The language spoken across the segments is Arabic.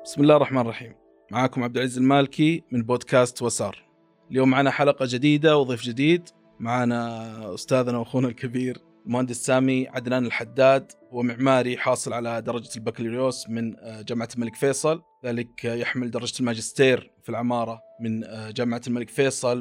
بسم الله الرحمن الرحيم. معاكم عبد العزيز المالكي من بودكاست وسار. اليوم معنا حلقة جديدة وضيف جديد. معنا أستاذنا وأخونا الكبير المهندس سامي عدنان الحداد. هو معماري حاصل على درجة البكالوريوس من جامعة الملك فيصل، ذلك يحمل درجة الماجستير في العمارة من جامعة الملك فيصل،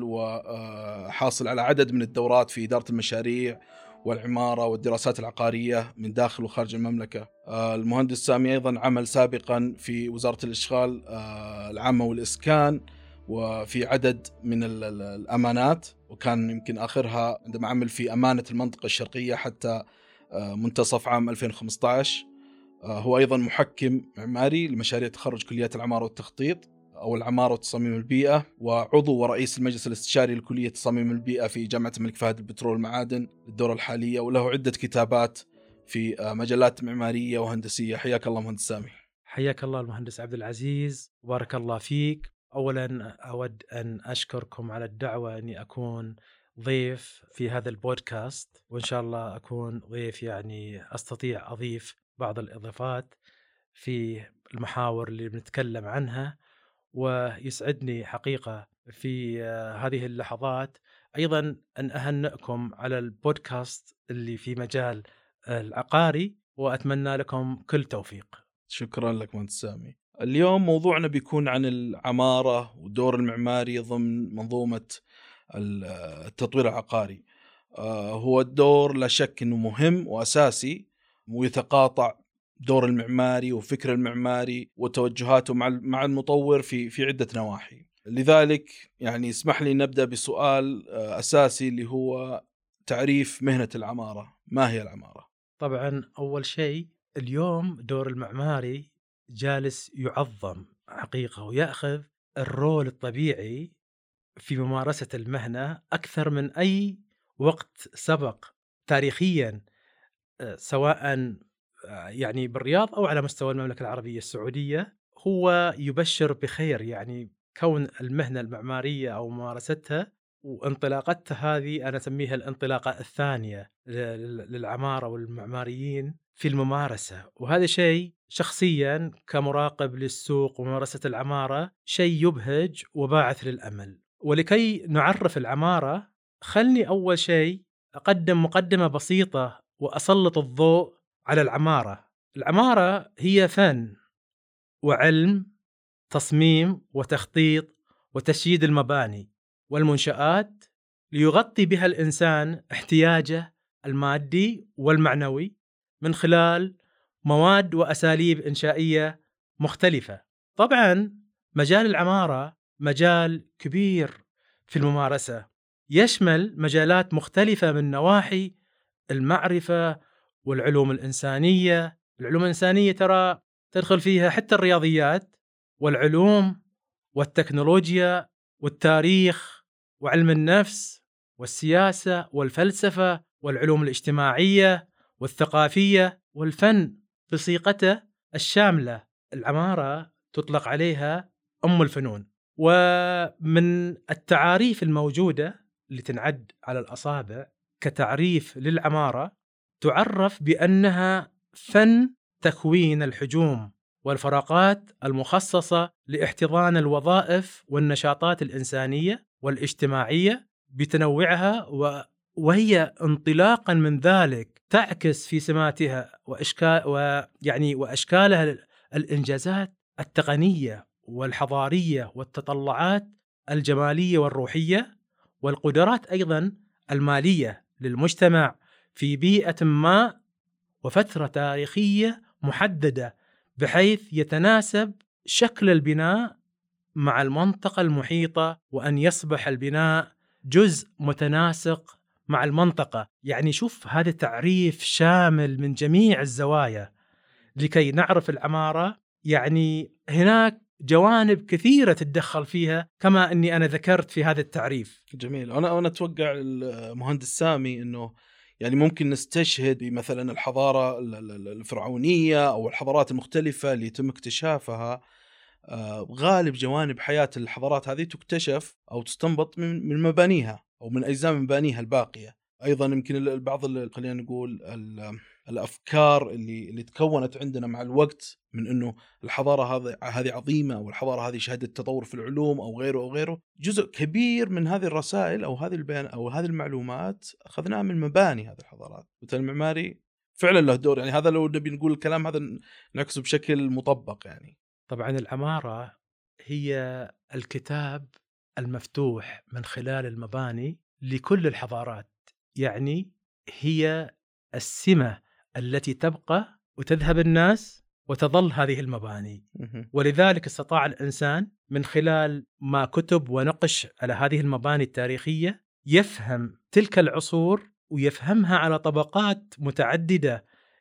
وحاصل على عدد من الدورات في إدارة المشاريع والعمارة والدراسات العقارية من داخل وخارج المملكة. المهندس سامي أيضا عمل سابقا في وزارة الإشغال العامة والإسكان وفي عدد من الأمانات، وكان يمكن آخرها عندما عمل في أمانة المنطقة الشرقية حتى منتصف عام 2015. هو أيضا محكم معماري لمشاريع تخرج كليات العمارة والتخطيط أو العمارة وتصميم البيئة، وعضو ورئيس المجلس الاستشاري لكلية تصميم البيئة في جامعة الملك فهد البترول والمعادن للدورة الحالية، وله عدة كتابات في مجالات معمارية وهندسية. حياك الله مهندس سامي. حياك الله المهندس عبد العزيز، وبارك الله فيك. أولا أود أن أشكركم على الدعوة أني أكون ضيف في هذا البودكاست، وإن شاء الله أكون ضيف يعني أستطيع أضيف بعض الإضافات في المحاور اللي بنتكلم عنها. ويسعدني حقيقة في هذه اللحظات أيضا أن أهنئكم على البودكاست اللي في مجال العقاري، وأتمنى لكم كل توفيق. شكرا لك مهندس سامي. اليوم موضوعنا بيكون عن العمارة ودور المعماري ضمن منظومة التطوير العقاري. هو الدور لا شك أنه مهم وأساسي، ويتقاطع دور المعماري وفكر المعماري وتوجهاته مع المطور في عدة نواحي. لذلك يعني اسمح لي نبدأ بسؤال أساسي اللي هو تعريف مهنة العمارة. ما هي العمارة؟ طبعا أول شيء اليوم دور المعماري جالس يعظم حقيقة، ويأخذ الرول الطبيعي في ممارسة المهنة أكثر من أي وقت سبق تاريخيا، سواء يعني بالرياض أو على مستوى المملكة العربية السعودية. هو يبشر بخير، يعني كون المهنة المعمارية أو ممارستها وانطلاقتها هذه أنا أسميها الانطلاقة الثانية للعمارة والمعماريين في الممارسة. وهذا شيء شخصيا كمراقب للسوق وممارسة العمارة شيء يبهج وباعث للأمل. ولكي نعرف العمارة، خلني أول شيء أقدم مقدمة بسيطة وأسلط الضوء على العمارة. العمارة هي فن وعلم، تصميم وتخطيط وتشييد المباني والمنشآت ليغطي بها الإنسان احتياجه المادي والمعنوي من خلال مواد وأساليب إنشائية مختلفة. طبعا مجال العمارة مجال كبير في الممارسة، يشمل مجالات مختلفة من نواحي المعرفة والعلوم الإنسانية. العلوم الإنسانية ترى تدخل فيها حتى الرياضيات والعلوم والتكنولوجيا والتاريخ وعلم النفس والسياسة والفلسفة والعلوم الاجتماعية والثقافية والفن بصيغته الشاملة. العمارة تطلق عليها أم الفنون. ومن التعاريف الموجودة اللي تنعد على الأصابع كتعريف للعمارة، تعرف بأنها فن تكوين الحجوم والفراغات المخصصة لاحتضان الوظائف والنشاطات الإنسانية والاجتماعية بتنوعها، وهي انطلاقا من ذلك تعكس في سماتها وأشكالها الإنجازات التقنية والحضارية والتطلعات الجمالية والروحية، والقدرات أيضا المالية للمجتمع في بيئة ما وفترة تاريخية محددة، بحيث يتناسب شكل البناء مع المنطقة المحيطة، وأن يصبح البناء جزء متناسق مع المنطقة. يعني شوف، هذا تعريف شامل من جميع الزوايا لكي نعرف العمارة. يعني هناك جوانب كثيرة تتدخل فيها كما أني أنا ذكرت في هذا التعريف. جميل. أنا أتوقع المهندس سامي أنه يعني ممكن نستشهد بمثلا الحضارة الفرعونية أو الحضارات المختلفة اللي يتم اكتشافها. غالب جوانب حياة الحضارات هذه تكتشف أو تستنبط من مبانيها أو من أجزاء مبانيها الباقية. أيضا يمكن البعض خلينا نقول الأفكار اللي تكونت عندنا مع الوقت من إنه الحضارة هذه عظيمة، والحضارة هذه شهدت تطور في العلوم أو غيره، جزء كبير من هذه الرسائل أو هذه البيان أو هذه المعلومات أخذناها من مباني هذه الحضارات. مثل المعماري فعلا له دور، يعني هذا لو نبي نقول الكلام هذا نعكسه بشكل مطبق. يعني طبعا العمارة هي الكتاب المفتوح من خلال المباني لكل الحضارات، يعني هي السمة التي تبقى وتذهب الناس وتظل هذه المباني. ولذلك استطاع الإنسان من خلال ما كتب ونقش على هذه المباني التاريخية يفهم تلك العصور ويفهمها على طبقات متعددة،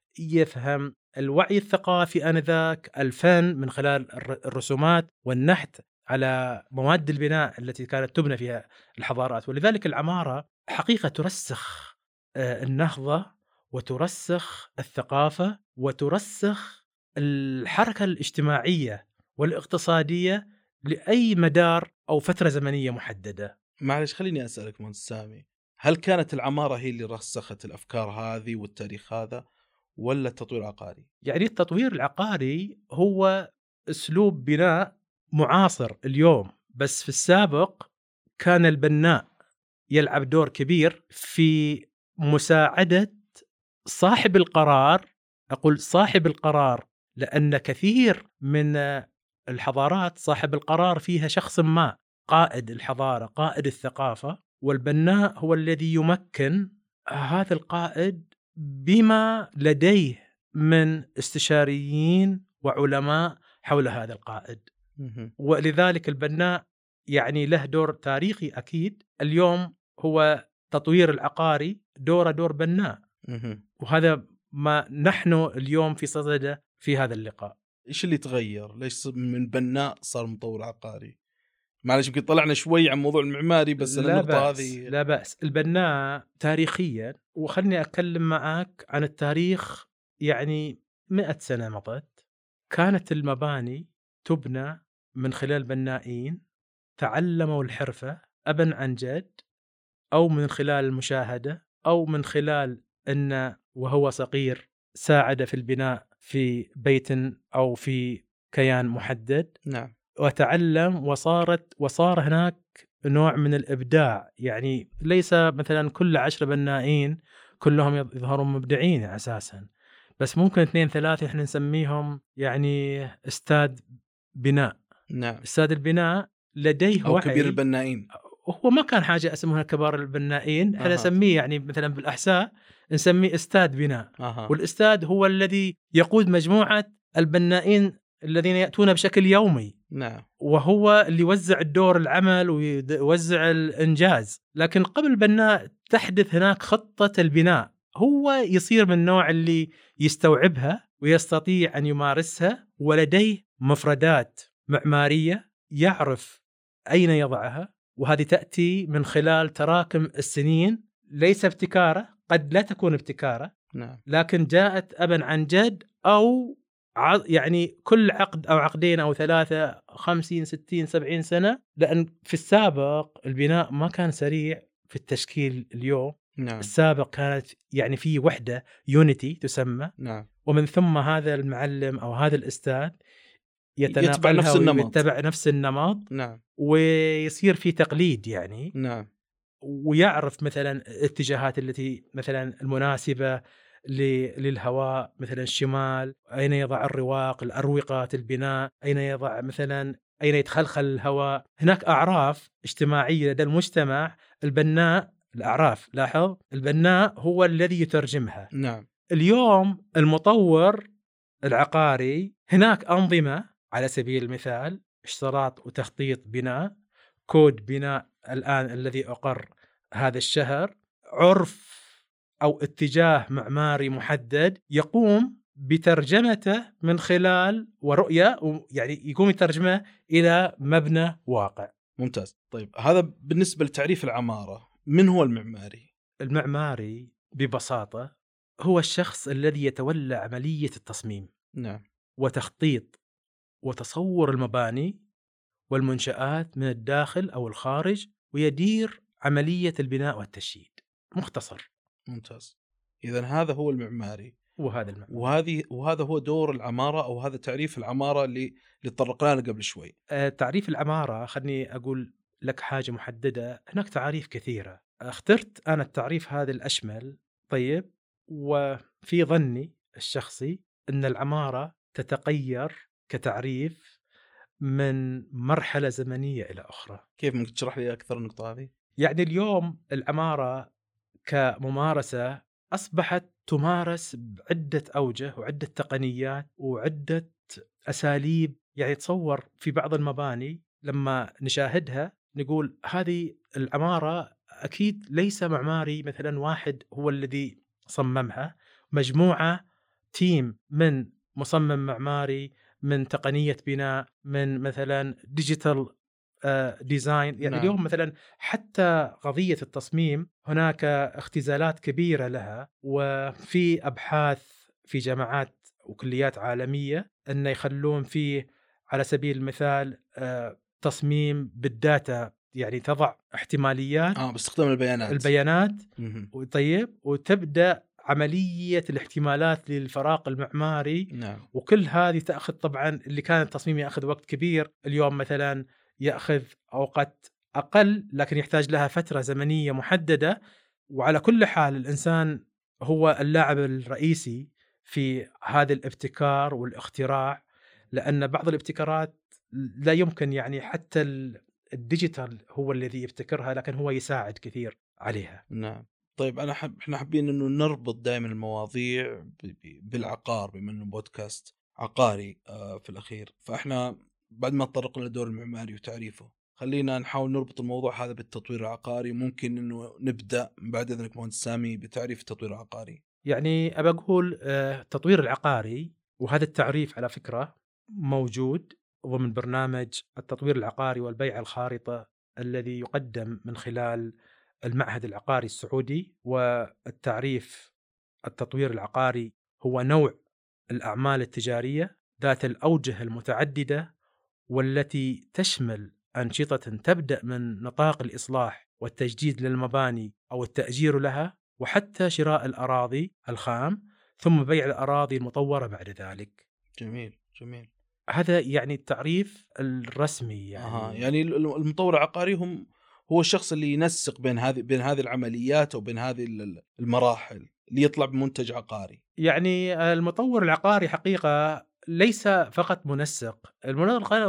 يفهم الوعي الثقافي آنذاك، الفن من خلال الرسومات والنحت على مواد البناء التي كانت تبنى فيها الحضارات. ولذلك العمارة حقيقة ترسخ النهضة وترسخ الثقافة وترسخ الحركة الاجتماعية والاقتصادية لأي مدار أو فترة زمنية محددة. معلش خليني أسألك مهندس سامي، هل كانت العمارة هي اللي رسخت الأفكار هذه والتاريخ هذا، ولا التطوير العقاري؟ يعني التطوير العقاري هو أسلوب بناء معاصر اليوم، بس في السابق كان البناء يلعب دور كبير في مساعدة صاحب القرار. أقول صاحب القرار لأن كثير من الحضارات صاحب القرار فيها شخص ما، قائد الحضارة، قائد الثقافة، والبناء هو الذي يمكن هذا القائد بما لديه من استشاريين وعلماء حول هذا القائد. ولذلك البناء يعني له دور تاريخي أكيد. اليوم هو تطوير العقاري دوره دور بناء، وهذا ما نحن اليوم في صدده في هذا اللقاء. إيش اللي تغير؟ ليش من بناء صار مطور عقاري؟ معلش يمكن طلعنا شوي عن موضوع المعماري، بس النقطة هذه لا بأس. البناء تاريخيا، وخلني أتكلم معك عن التاريخ، يعني 100 سنة مضت كانت المباني تبنى من خلال بنائين تعلموا الحرفة أبا عن جد، أو من خلال المشاهدة، أو من خلال أن وهو صغير ساعد في البناء في بيت أو في كيان محدد. نعم. وتعلم وصار هناك نوع من الإبداع. يعني ليس مثلا كل 10 بنائين كلهم يظهرون مبدعين أساسا، بس ممكن 2 3 إحنا نسميهم يعني أستاذ بناء. نعم. أستاذ البناء لديه أو وعي. كبير البنائين، هو ما كان حاجة اسمها كبار البنائين، احنا نسميه يعني مثلا بالأحساء نسميه أستاذ بناء. والأستاذ هو الذي يقود مجموعة البنائين الذين يأتون بشكل يومي. نعم. وهو اللي يوزع الدور العمل ويوزع الإنجاز. لكن قبل البناء تحدث هناك خطة البناء، هو يصير من النوع اللي يستوعبها ويستطيع أن يمارسها، ولديه مفردات معمارية يعرف أين يضعها، وهذه تأتي من خلال تراكم السنين، ليس ابتكارة، قد لا تكون ابتكارة. نعم. لكن جاءت أبا عن جد، أو يعني كل عقد أو عقدين أو 3 50 60 70 سنة. لأن في السابق البناء ما كان سريع في التشكيل اليوم. نعم. السابق كانت يعني في وحدة يونيتي تسمى. نعم. ومن ثم هذا المعلم أو هذا الأستاذ يتبع نفس النمط. نعم. ويصير في تقليد يعني. نعم. ويعرف مثلا الاتجاهات التي مثلا المناسبة للهواء، مثلا الشمال أين يضع الرواق، الأروقة البناء أين يضع، مثلا أين يتخلخل الهواء. هناك أعراف اجتماعية لدى المجتمع. البناء الأعراف، لاحظ، البناء هو الذي يترجمها. نعم. اليوم المطور العقاري هناك أنظمة، على سبيل المثال اشتراط وتخطيط بناء، كود بناء الآن الذي أقر هذا الشهر، عرف أو اتجاه معماري محدد يقوم بترجمته من خلال ورؤية، يعني يقوم يترجمه إلى مبنى واقع. ممتاز. طيب هذا بالنسبة لتعريف العمارة. من هو المعماري؟ المعماري ببساطة هو الشخص الذي يتولى عملية التصميم. نعم. وتخطيط وتصور المباني والمنشآت من الداخل أو الخارج، ويدير عملية البناء والتشييد. مختصر. ممتاز. إذن هذا هو المعماري. وهذا المعنى. وهذا هو دور العمارة، أو هذا تعريف العمارة اللي تطرقنا له قبل شوي. تعريف العمارة، خلني أقول لك حاجة محددة. هناك تعاريف كثيرة، اخترت أنا التعريف هذا الأشمل. طيب، وفي ظني الشخصي أن العمارة تتغير كتعريف من مرحلة زمنية إلى أخرى. كيف ممكن تشرح لي أكثر النقطة هذه؟ يعني اليوم العمارة كممارسة أصبحت تمارس بعدة أوجه وعدة تقنيات وعدة أساليب. يعني تصور في بعض المباني لما نشاهدها نقول هذه العمارة أكيد ليس معماري مثلا واحد هو الذي صممها، مجموعة تيم من مصمم معماري، من تقنية بناء، من مثلا ديجيتال ديزاين. يعني نعم. اليوم مثلا حتى قضية التصميم هناك اختزالات كبيرة لها، وفي أبحاث في جامعات وكليات عالمية أن يخلون فيه على سبيل المثال تصميم بالداتا، يعني تضع احتماليات باستخدام البيانات طيب، وتبدأ عملية الاحتمالات للفراغ المعماري. نعم. وكل هذه تأخذ طبعا، اللي كان التصميم يأخذ وقت كبير اليوم مثلا يأخذ أوقات أقل، لكن يحتاج لها فترة زمنية محددة. وعلى كل حال الإنسان هو اللاعب الرئيسي في هذا الابتكار والاختراع، لأن بعض الابتكارات لا يمكن، يعني حتى الديجيتال هو الذي يبتكرها، لكن هو يساعد كثير عليها. نعم. طيب احنا حابين انه نربط دائما المواضيع بالعقار، بما انه بودكاست عقاري في الاخير. فاحنا بعد ما تطرقنا للدور المعماري وتعريفه، خلينا نحاول نربط الموضوع هذا بالتطوير العقاري. ممكن انه نبدا بعد اذنك مهندس سامي بتعريف التطوير العقاري. يعني ابى اقول التطوير العقاري، وهذا التعريف على فكرة موجود ضمن برنامج التطوير العقاري والبيع الخارطة الذي يقدم من خلال المعهد العقاري السعودي. والتعريف التطوير العقاري هو نوع الأعمال التجارية ذات الأوجه المتعددة، والتي تشمل أنشطة تبدأ من نطاق الإصلاح والتجديد للمباني أو التأجير لها، وحتى شراء الأراضي الخام، ثم بيع الأراضي المطورة بعد ذلك. جميل جميل. هذا يعني التعريف الرسمي. يعني المطور العقاري هو الشخص اللي ينسق بين هذه العمليات، او بين هذه المراحل اللي يطلع بمنتج عقاري. يعني المطور العقاري حقيقة ليس فقط منسق. المطور العقاري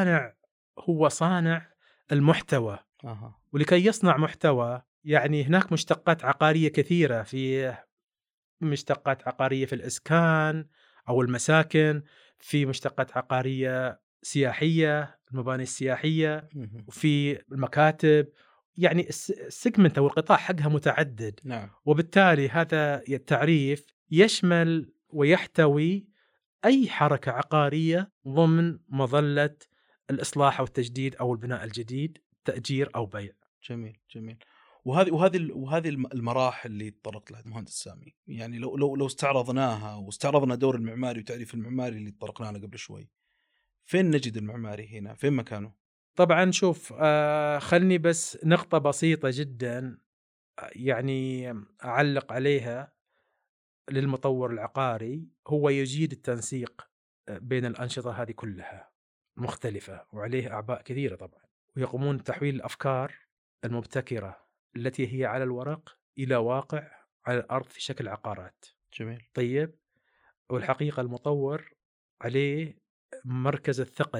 هو صانع المحتوى. ولكي يصنع محتوى يعني هناك مشتقات عقارية كثيرة. في مشتقات عقارية في الإسكان أو المساكن، في مشتقات عقارية سياحية، المباني السياحية، وفي المكاتب. يعني السيجمنت أو القطاع حقها متعدد. نعم. وبالتالي هذا التعريف يشمل ويحتوي أي حركة عقارية ضمن مظلة الإصلاح أو التجديد أو البناء الجديد، تأجير أو بيع. جميل جميل. وهذه المراحل اللي تطرقت لها مهندس سامي، يعني لو استعرضناها واستعرضنا دور المعماري وتعريف المعماري اللي تطرقنا له قبل شوي، فين نجد المعماري هنا؟ فين مكانه؟ طبعا شوف، خلني بس نقطة بسيطة جدا يعني أعلق عليها للمطور العقاري. هو يجيد التنسيق بين الأنشطة هذه كلها مختلفة، وعليه أعباء كثيرة طبعا، ويقومون بتحويل الأفكار المبتكرة التي هي على الورق إلى واقع على الأرض في شكل عقارات. جميل. طيب، والحقيقة المطور عليه مركز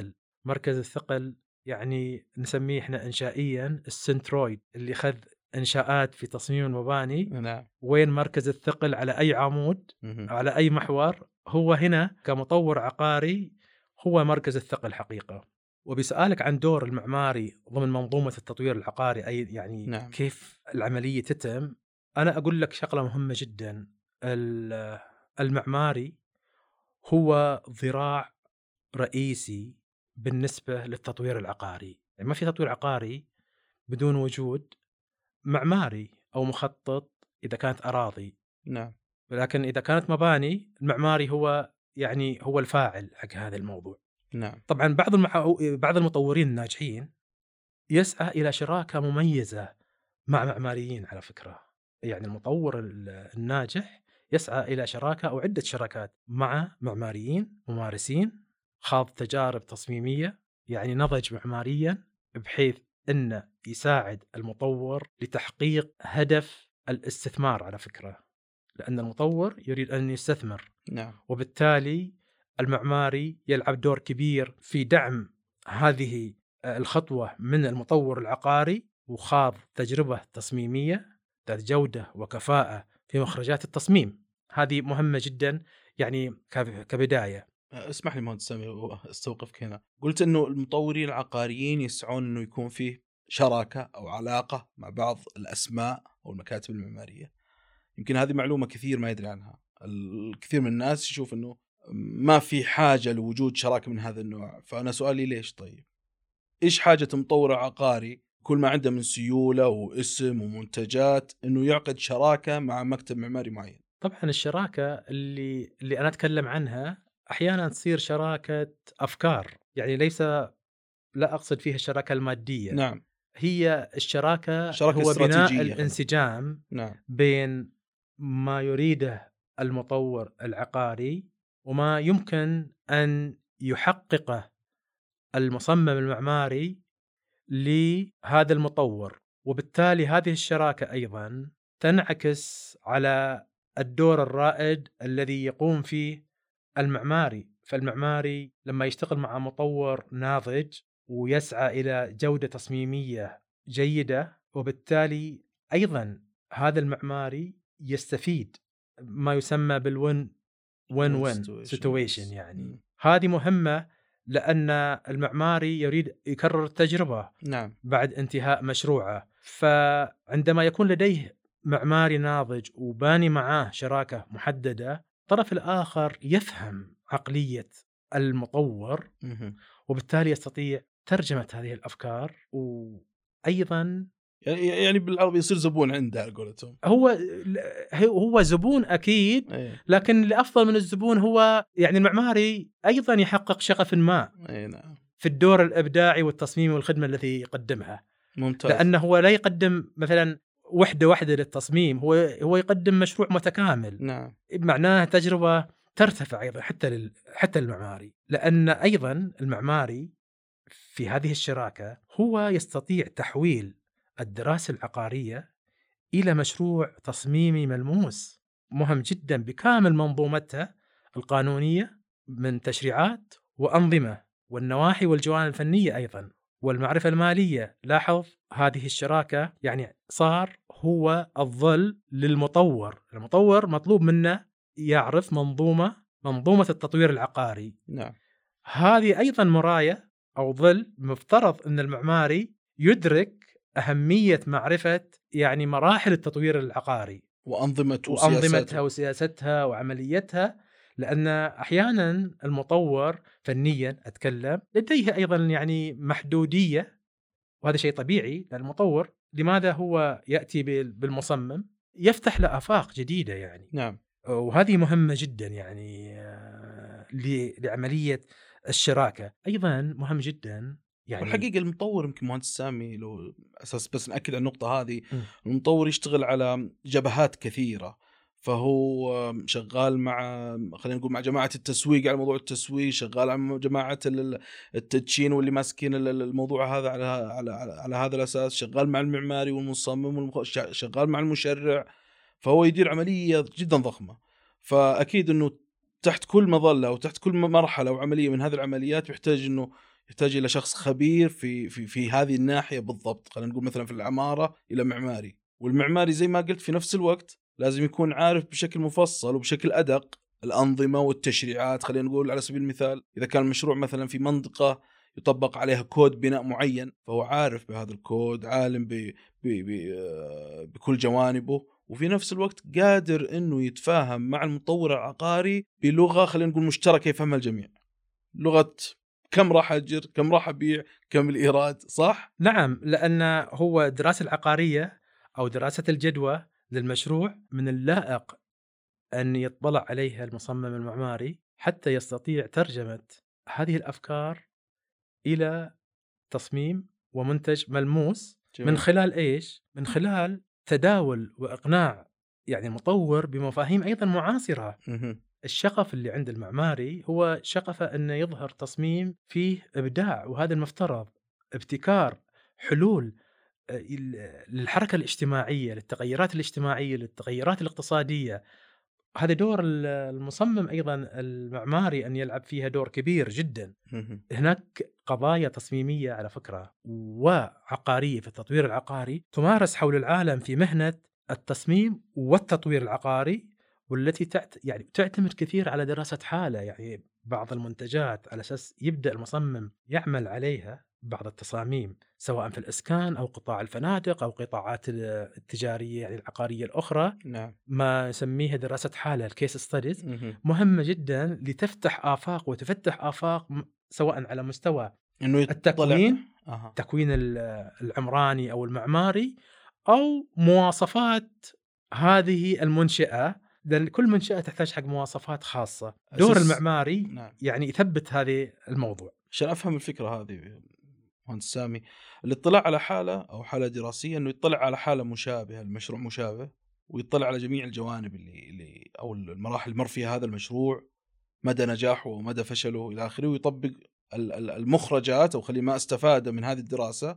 الثقل يعني نسميه احنا إنشائيا السنترويد، اللي خذ إنشاءات في تصميم المباني. نعم. وين مركز الثقل على أي عمود، على أي محور، هو هنا كمطور عقاري هو مركز الثقل حقيقة. وبسألك عن دور المعماري ضمن منظومة التطوير العقاري، أي يعني نعم. كيف العملية تتم، أنا أقول لك شغلة مهمة جدا. المعماري هو ذراع رئيسي بالنسبة للتطوير العقاري. يعني ما في تطوير عقاري بدون وجود معماري أو مخطط إذا كانت أراضي. نعم. لكن إذا كانت مباني، المعماري هو يعني هو الفاعل حق هذا الموضوع. نعم. طبعا بعض المطورين الناجحين يسعى إلى شراكة مميزة مع معماريين على فكرة. يعني المطور الناجح يسعى إلى شراكة أو عدة شراكات مع معماريين ممارسين، خاض تجارب تصميمية، يعني نضج معماريا بحيث أنه يساعد المطور لتحقيق هدف الاستثمار على فكرة، لأن المطور يريد أن يستثمر. نعم. وبالتالي المعماري يلعب دور كبير في دعم هذه الخطوة من المطور العقاري، وخاض تجربة تصميمية ذات جودة وكفاءة في مخرجات التصميم. هذه مهمة جدا يعني كبداية. اسمح لي مهندس سامي استوقفك هنا. قلت انه المطورين العقاريين يسعون انه يكون فيه شراكة او علاقة مع بعض الاسماء او المكاتب المعمارية. يمكن هذه معلومة كثير ما يدري عنها. الكثير من الناس يشوف انه ما في حاجة لوجود شراكة من هذا النوع. فانا سؤالي ليش؟ طيب ايش حاجة مطور عقاري كل ما عنده من سيولة واسم ومنتجات انه يعقد شراكة مع مكتب معماري معين؟ طبعا الشراكة اللي أنا أتكلم عنها أحيانا تصير شراكة أفكار، يعني ليس، لا أقصد فيها الشراكة المادية. نعم. هي الشراكة هو استراتيجية. بناء الانسجام نعم. بين ما يريده المطور العقاري وما يمكن أن يحققه المصمم المعماري لهذا المطور. وبالتالي هذه الشراكة أيضا تنعكس على الدور الرائد الذي يقوم فيه المعماري. فالمعماري لما يشتغل مع مطور ناضج ويسعى إلى جودة تصميمية جيدة، وبالتالي أيضا هذا المعماري يستفيد ما يسمى بالون وين سيتويشن. يعني هذه مهمة لأن المعماري يريد يكرر التجربة نعم. بعد انتهاء مشروعه. فعندما يكون لديه معماري ناضج وباني معاه شراكة محددة، الطرف الآخر يفهم عقلية المطور وبالتالي يستطيع ترجمة هذه الأفكار. وأيضا يعني بالعربي يصير زبون عنده قولتهم. هو زبون أكيد، لكن الأفضل من الزبون هو يعني المعماري أيضا يحقق شغف ما في الدور الإبداعي والتصميم والخدمة التي يقدمها. ممتاز. لأنه هو لا يقدم مثلا وحدة للتصميم، هو يقدم مشروع متكامل. نعم. معناه تجربة ترتفع أيضا حتى المعماري، لأن أيضا المعماري في هذه الشراكة هو يستطيع تحويل الدراسة العقارية إلى مشروع تصميمي ملموس مهم جدا بكامل منظومتها القانونية من تشريعات وأنظمة والنواحي والجوانب الفنية أيضا والمعرفة المالية. لاحظ هذه الشراكة يعني صار هو الظل للمطور. المطور مطلوب منه يعرف منظومة التطوير العقاري. نعم. هذه أيضا مراية أو ظل. مفترض أن المعماري يدرك أهمية معرفة يعني مراحل التطوير العقاري وأنظمتها وسياستها وعمليتها، لأن أحيانا المطور فنيا أتكلم لديه أيضا يعني محدودية، وهذا شيء طبيعي. لأن المطور لماذا هو يأتي بالمصمم يفتح له آفاق جديدة يعني. نعم. وهذه مهمة جدا يعني لعملية الشراكة. أيضا مهم جدا يعني والحقيقة المطور يمكن مهندس سامي لو أساس بس نأكد على النقطة هذه، المطور يشتغل على جبهات كثيرة. فهو شغال مع خلينا نقول مع جماعة التسويق على موضوع التسويق، شغال مع جماعة التدشين واللي ماسكين الموضوع هذا على هذا الأساس، شغال مع المعماري والمصمم شغال مع المشرع. فهو يدير عملية جدا ضخمة. فأكيد أنه تحت كل مظلة وتحت كل مرحلة وعملية من هذه العمليات يحتاج إلى شخص خبير في هذه الناحية بالضبط. خلينا نقول مثلا في العمارة إلى معماري، والمعماري زي ما قلت في نفس الوقت لازم يكون عارف بشكل مفصل وبشكل أدق الأنظمة والتشريعات. خلينا نقول على سبيل المثال إذا كان المشروع مثلا في منطقة يطبق عليها كود بناء معين، فهو عارف بهذا الكود، عالم بكل جوانبه، وفي نفس الوقت قادر إنه يتفاهم مع المطور العقاري بلغة خلينا نقول مشتركة يفهمها الجميع. لغة كم راح أجر، كم راح أبيع، كم الإيراد. صح؟ نعم، لأن هو الدراسة العقارية أو دراسة الجدوى للمشروع من اللائق أن يطلع عليها المصمم المعماري حتى يستطيع ترجمة هذه الأفكار إلى تصميم ومنتج ملموس. من خلال إيش؟ من خلال تداول وإقناع يعني مطور بمفاهيم أيضا معاصرة. مهم. الشغف اللي عند المعماري هو شغفه أنه يظهر تصميم فيه إبداع، وهذا المفترض ابتكار حلول للحركة الاجتماعية، للتغيرات الاجتماعية، للتغيرات الاقتصادية. هذا دور المصمم أيضا المعماري أن يلعب فيها دور كبير جدا. مهم. هناك قضايا تصميمية على فكرة وعقارية في التطوير العقاري تمارس حول العالم في مهنة التصميم والتطوير العقاري، والتي يعني تعتمد كثير على دراسة حالة. يعني بعض المنتجات على أساس يبدأ المصمم يعمل عليها، بعض التصاميم سواء في الإسكان أو قطاع الفنادق أو قطاعات التجارية يعني العقارية الأخرى، نعم. ما نسميها دراسة حالة الكيس ستاديز، مهم. مهمة جدا لتفتح آفاق وتفتح آفاق سواء على مستوى انه يطلع. التكوين، اها. التكوين العمراني أو المعماري، أو مواصفات هذه المنشأة، لأن كل منشأة تحتاج حق مواصفات خاصة. دور المعماري نعم. يعني يثبت هذه الموضوع. عشان افهم الفكره هذه مهندس سامي، الاطلاع على حاله او حاله دراسيه، انه يطلع على حاله مشابهه، المشروع مشابه، ويطلع على جميع الجوانب اللي او المراحل اللي مر فيها هذا المشروع، مدى نجاحه ومدى فشله الى اخره، ويطبق المخرجات او خلي ما استفاد من هذه الدراسه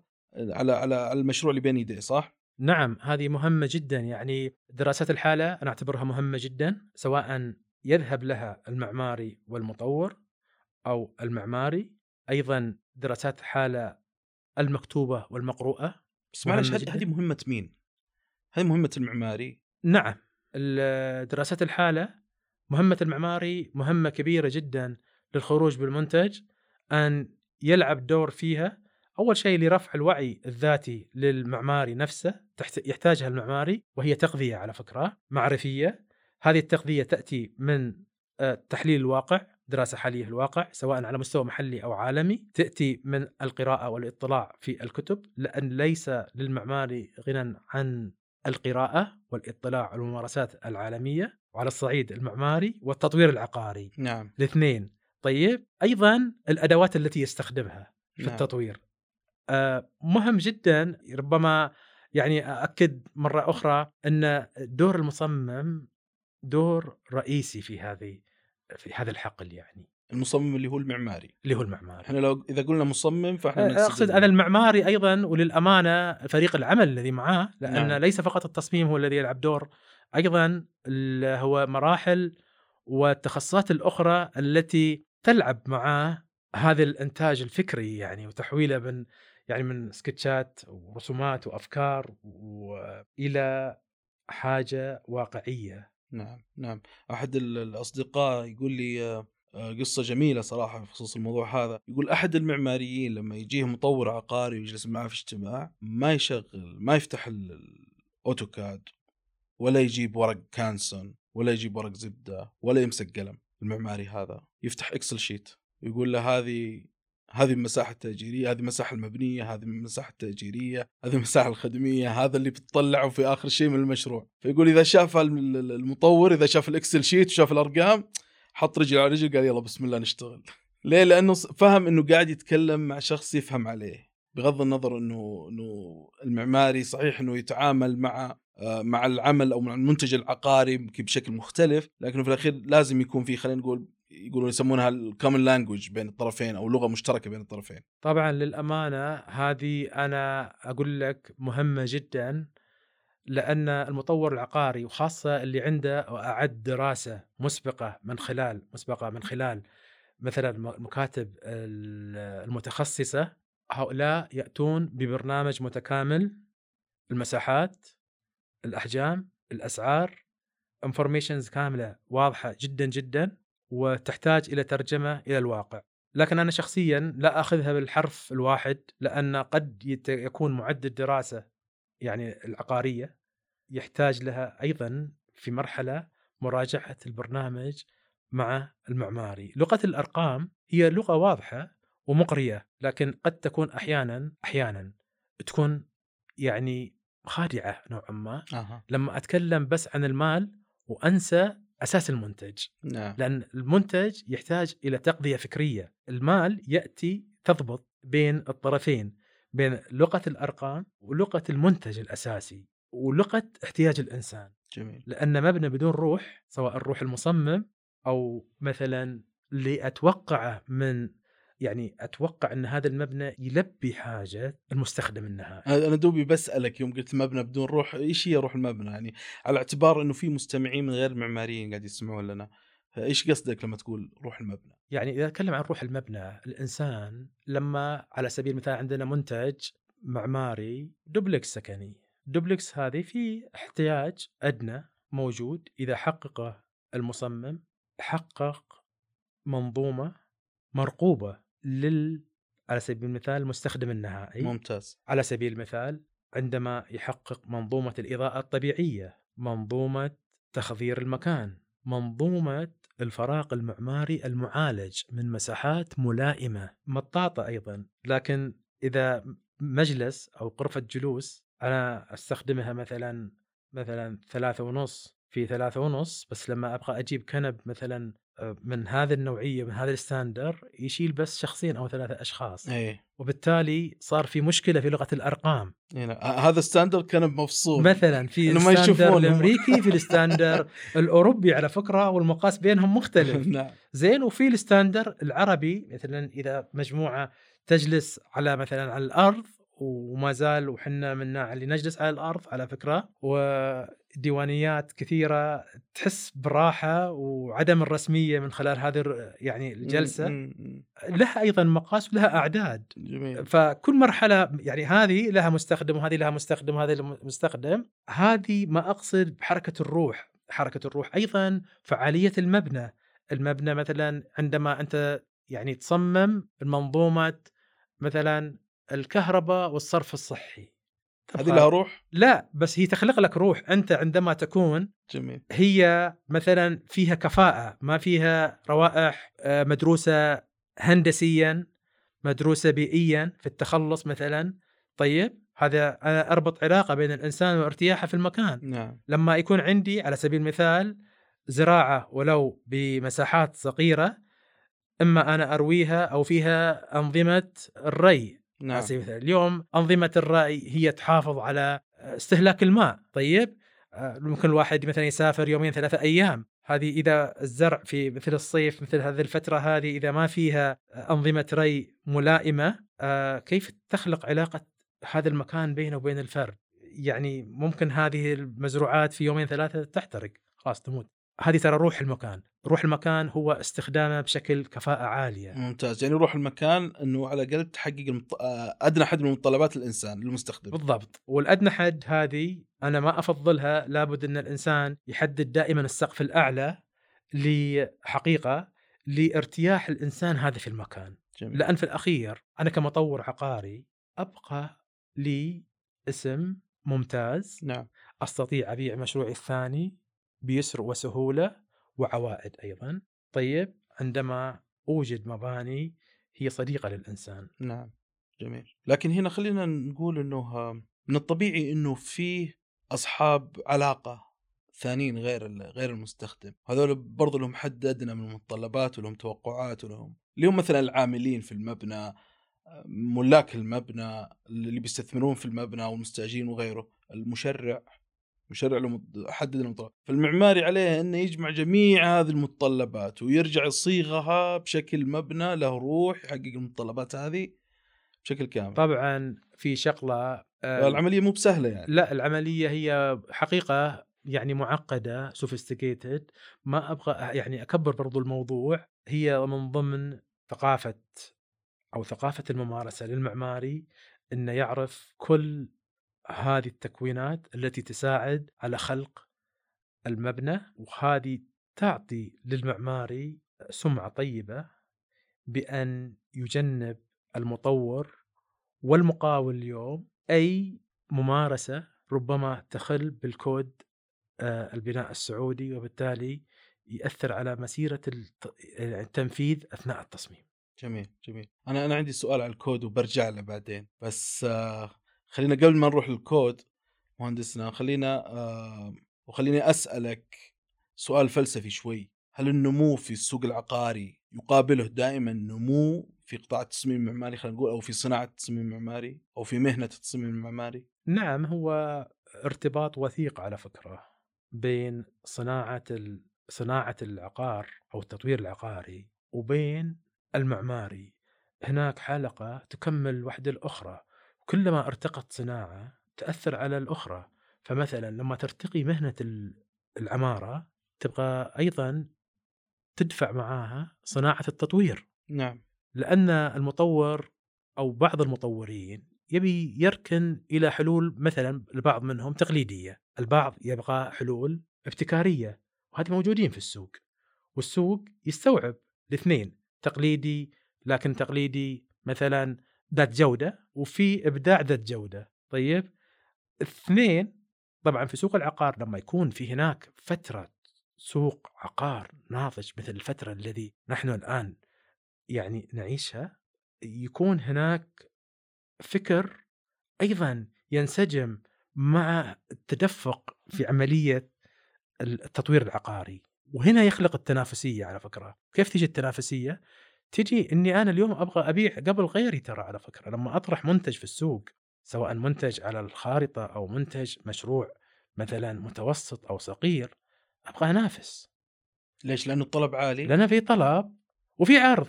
على المشروع اللي بين يديه، صح؟ نعم، هذه مهمة جدا. يعني دراسات الحالة أنا أعتبرها مهمة جدا، سواء يذهب لها المعماري والمطور أو المعماري. أيضا دراسات الحالة المكتوبة والمقروءة بس معلش، مهمة هذه جدا. مهمه مين؟ هذه مهمه المعماري؟ نعم، دراسات الحالة مهمة المعماري مهمة كبيرة جدا للخروج بالمنتج، أن يلعب دور فيها. أول شيء لرفع الوعي الذاتي للمعماري نفسه يحتاجها المعماري، وهي تغذية على فكرة معرفية. هذه التغذية تأتي من تحليل الواقع، دراسة حالية الواقع سواء على مستوى محلي أو عالمي، تأتي من القراءة والاطلاع في الكتب، لأن ليس للمعماري غنى عن القراءة والاطلاع على الممارسات العالمية، وعلى الصعيد المعماري والتطوير العقاري. نعم. الاثنين. طيب أيضا الأدوات التي يستخدمها في نعم. التطوير مهم جدا. ربما يعني أأكد مرة أخرى أن دور المصمم دور رئيسي في هذا الحقل، يعني المصمم اللي هو المعماري. اللي هو المعماري. احنا لو اذا قلنا مصمم فاحنا نقصد أقصد أنا المعماري أيضا، وللأمانة فريق العمل الذي معاه، لأن نعم. ليس فقط التصميم هو الذي يلعب دور، أيضا هو مراحل والتخصصات الأخرى التي تلعب معاه هذا الإنتاج الفكري، يعني وتحويله من سكتشات ورسومات وأفكار وإلى حاجة واقعية. نعم. نعم. أحد الأصدقاء يقول لي قصة جميلة صراحة بخصوص الموضوع هذا. يقول أحد المعماريين لما يجيه مطور عقاري ويجلس معه في اجتماع، ما يشغل، ما يفتح الأوتوكاد، ولا يجيب ورق كانسون، ولا يجيب ورق زبدة، ولا يمسك قلم. المعماري هذا يفتح إكسل شيت، يقول له هذه المساحة التأجيرية، هذه المساحة المبنية، هذه المساحة التأجيرية، هذه المساحة الخدمية، هذا اللي بتطلعه في آخر شيء من المشروع. فيقول إذا شاف المطور، إذا شاف الإكسل شيت وشاف الأرقام، حط رجل على رجل قال يلا بسم الله نشتغل. ليه؟ لأنه فهم إنه قاعد يتكلم مع شخص يفهم عليه، بغض النظر إنه المعماري صحيح إنه يتعامل مع العمل أو مع المنتج العقاري بشكل مختلف، لكنه في الأخير لازم يكون في، خلينا نقول، يقولون يسمونها الكومن لانجويج بين الطرفين، أو لغة مشتركة بين الطرفين. طبعا للأمانة هذه أنا أقول لك مهمة جدا، لأن المطور العقاري وخاصة اللي عنده أعد دراسة مسبقة من خلال مثلا المكاتب المتخصصة، هؤلاء يأتون ببرنامج متكامل، المساحات، الأحجام، الأسعار، انفورميشنز كاملة واضحة جدا جدا، وتحتاج إلى ترجمة إلى الواقع. لكن أنا شخصيا لا أخذها بالحرف الواحد، لأن قد يكون معد الدراسة يعني العقارية يحتاج لها أيضا في مرحلة مراجعة البرنامج مع المعماري. لغة الأرقام هي لغة واضحة ومقرية، لكن قد تكون أحيانا تكون يعني خادعة نوعا ما. لما أتكلم بس عن المال وأنسى أساس المنتج. نعم. لأن المنتج يحتاج إلى تغذية فكرية. المال يأتي تضبط بين الطرفين، بين لغة الأرقام ولغة المنتج الأساسي. ولغة احتياج الإنسان. جميل. لأن مبنى بدون روح، سواء الروح المصمم أو مثلا اللي أتوقعه من، يعني أتوقع أن هذا المبنى يلبي حاجة المستخدم النهائي. أنا دوبي بسألك يوم قلت مبنى بدون روح، إيش هي روح المبنى؟ يعني على اعتبار إنه في مستمعين من غير معماريين قاعد يسمعون لنا، فإيش قصدك لما تقول روح المبنى؟ يعني إذا أتكلم عن روح المبنى، الإنسان لما على سبيل المثال عندنا منتج معماري دوبلكس سكني، دوبلكس هذه في احتياج أدنى موجود، إذا حققه المصمم حقق منظومة مرقوبة على سبيل المثال المستخدم النهائي. ممتاز. على سبيل المثال عندما يحقق منظومة الإضاءة الطبيعية، منظومة تخضير المكان، منظومة الفراغ المعماري المعالج من مساحات ملائمة مطاطة أيضا. لكن إذا مجلس أو غرفة جلوس أنا أستخدمها مثلا 3.5 في 3.5، بس لما أبغى أجيب كنب مثلا من هذه النوعية من هذا الستاندر يشيل بس 2 أو 3 أشخاص. إيه. وبالتالي صار في مشكلة في لغة الأرقام. هذا ستاندر كان مفصول مثلا في إنه ما الستاندر يشوفونه. الأمريكي، في الستاندر الأوروبي على فكرة، والمقاس بينهم مختلف. نعم. زين. وفي الستاندر العربي مثلا إذا مجموعة تجلس على مثلا على الأرض، وما زال وحنا من النوع اللي نجلس على الأرض على فكرة، وديوانيات كثيرة تحس براحة وعدم الرسمية من خلال هذه يعني الجلسة، لها أيضا مقاس ولها أعداد. جميل. فكل مرحلة يعني هذه لها مستخدم وهذه لها مستخدم وهذه لها مستخدم. هذه ما أقصد بحركة الروح. حركة الروح أيضا فعالية المبنى. المبنى مثلا عندما أنت يعني تصمم المنظومة مثلا الكهرباء والصرف الصحي، هذه لها روح؟ لا، بس هي تخلق لك روح. أنت عندما تكون جميل. هي مثلا فيها كفاءة، ما فيها روائح مدروسة هندسيا، مدروسة بيئيا في التخلص مثلا. طيب هذا أنا أربط علاقة بين الإنسان وارتياحه في المكان. نعم. لما يكون عندي على سبيل المثال زراعة ولو بمساحات صغيرة، إما أنا أرويها أو فيها أنظمة الري. نعم. على سبيل المثال اليوم أنظمة الري هي تحافظ على استهلاك الماء. طيب ممكن الواحد مثلا يسافر 2-3 أيام. هذه إذا الزرع في مثل الصيف مثل هذه الفترة هذه إذا ما فيها أنظمة ري ملائمة، كيف تخلق علاقة هذا المكان بينه وبين الفرد؟ يعني ممكن هذه المزروعات في 2-3 تحترق، خلاص تموت. هذه ترى روح المكان. روح المكان هو استخدامه بشكل كفاءة عالية. ممتاز. يعني روح المكان أنه على الأقل تحقق أدنى حد من متطلبات الإنسان المستخدم. بالضبط. والأدنى حد هذه أنا ما أفضلها. لابد أن الإنسان يحدد دائما السقف الأعلى لحقيقة لارتياح الإنسان هذا في المكان. جميل. لأن في الأخير أنا كمطور عقاري أبقى لي اسم ممتاز. نعم. أستطيع أبيع مشروعي الثاني بيسر وسهولة وعوائد أيضا. طيب عندما أوجد مباني هي صديقة للإنسان. نعم. جميل. لكن هنا خلينا نقول أنه من الطبيعي أنه فيه أصحاب علاقة ثانيين غير المستخدم، هذول برضو لهم حد أدنى من المتطلبات ولهم توقعات ولهم اليوم مثلا العاملين في المبنى، ملاك المبنى اللي بيستثمرون في المبنى والمستأجرين وغيره، المشرع له حدد المتطلبات. فالمعماري عليه أنه يجمع جميع هذه المتطلبات ويرجع يصيغها بشكل مبنى له روح يحقق المتطلبات هذه بشكل كامل. طبعا في شغلة العملية مو بسهلة يعني. لا، العملية هي حقيقة يعني معقدة sophisticated. ما أبغى يعني أكبر برضو الموضوع. هي من ضمن ثقافة الممارسة للمعماري أنه يعرف كل هذه التكوينات التي تساعد على خلق المبنى، وهذه تعطي للمعماري سمعة طيبة بأن يجنب المطور والمقاول اليوم أي ممارسة ربما تخل بالكود البناء السعودي، وبالتالي يأثر على مسيرة التنفيذ أثناء التصميم. جميل. أنا عندي سؤال على الكود وبرجع له بعدين، بس خلينا قبل ما نروح للكود مهندسنا وخليني أسألك سؤال فلسفي شوي. هل النمو في السوق العقاري يقابله دائما نمو في قطاع التصميم المعماري، خلينا نقول، أو في صناعة التصميم المعماري أو في مهنة التصميم المعماري؟ نعم، هو ارتباط وثيق على فكرة بين صناعة العقار أو التطوير العقاري وبين المعماري. هناك حلقة تكمل واحدة الأخرى، كلما ارتقت صناعة تأثر على الأخرى. فمثلا لما ترتقي مهنة العمارة تبقى أيضا تدفع معاها صناعة التطوير. نعم. لأن المطور أو بعض المطورين يبي يركن إلى حلول، مثلا البعض منهم تقليدية، البعض يبغى حلول ابتكارية، وهذه موجودين في السوق، والسوق يستوعب الاثنين، تقليدي لكن تقليدي مثلا ذات جودة، وفي إبداع ذات جودة. طيب اثنين. طبعا في سوق العقار لما يكون في هناك فترة سوق عقار ناضج مثل الفترة الذي نحن الآن يعني نعيشها، يكون هناك فكر أيضا ينسجم مع التدفق في عملية التطوير العقاري، وهنا يخلق التنافسية. على فكرة كيف تيجي التنافسية؟ تجي إني أنا اليوم أبغى أبيع قبل غيري. ترى على فكرة لما أطرح منتج في السوق، سواء منتج على الخارطة أو منتج مشروع مثلا متوسط أو صغير، أبغى أنافس. ليش؟ لأنه الطلب عالي، لأن في طلب وفي عرض.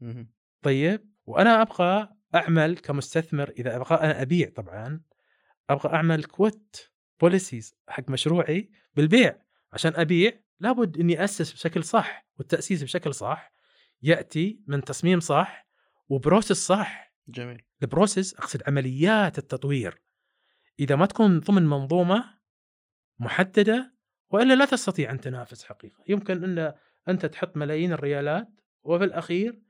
طيب وأنا أبغى أعمل كمستثمر، إذا أبغى أنا أبيع طبعا أبغى أعمل كوت بوليسيز حق مشروعي بالبيع. عشان أبيع لابد إني أسس بشكل صح، والتأسيس بشكل صح يأتي من تصميم صح وبروسس صح. جميل. البروسس أقصد عمليات التطوير، إذا ما تكون ضمن منظومة محددة وإلا لا تستطيع أن تنافس. حقيقة يمكن أن أنت تحط ملايين الريالات وفي الأخير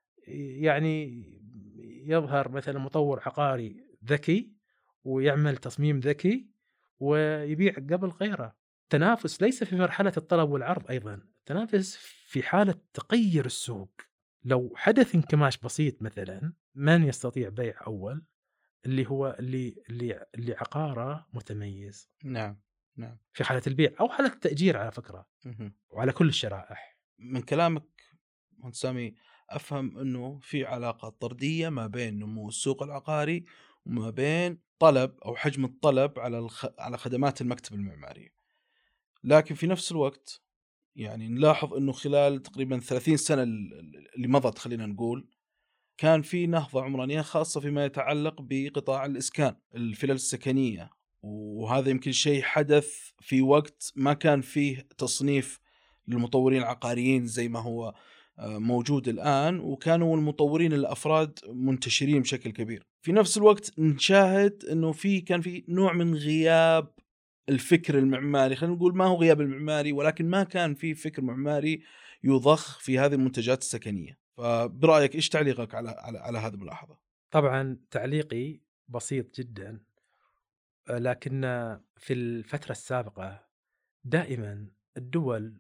يعني يظهر مثلا مطور عقاري ذكي ويعمل تصميم ذكي ويبيع قبل غيره. التنافس ليس في مرحلة الطلب والعرض، أيضا التنافس في حالة تغير السوق. لو حدث انكماش بسيط مثلا، من يستطيع بيع أول؟ اللي هو اللي عقاره متميز. نعم نعم. في حالة البيع أو حالة التأجير على فكرة، وعلى كل الشرائح. من كلامك مهندس سامي أفهم أنه في علاقة طردية ما بين نمو السوق العقاري وما بين طلب أو حجم الطلب على خدمات المكتب المعماري. لكن في نفس الوقت يعني نلاحظ أنه خلال تقريبا 30 سنة اللي مضت، خلينا نقول، كان في نهضة عمرانية خاصة فيما يتعلق بقطاع الإسكان، الفلل السكنية، وهذا يمكن شيء حدث في وقت ما كان فيه تصنيف للمطورين العقاريين زي ما هو موجود الآن، وكانوا المطورين الأفراد منتشرين بشكل كبير. في نفس الوقت نشاهد أنه كان في نوع من غياب الفكر المعماري، خلينا نقول ما هو غياب المعماري، ولكن ما كان في فكر معماري يضخ في هذه المنتجات السكنية. فبرأيك إيش تعليقك على هذه الملاحظة؟ طبعا تعليقي بسيط جدا، لكن في الفترة السابقة دائما الدول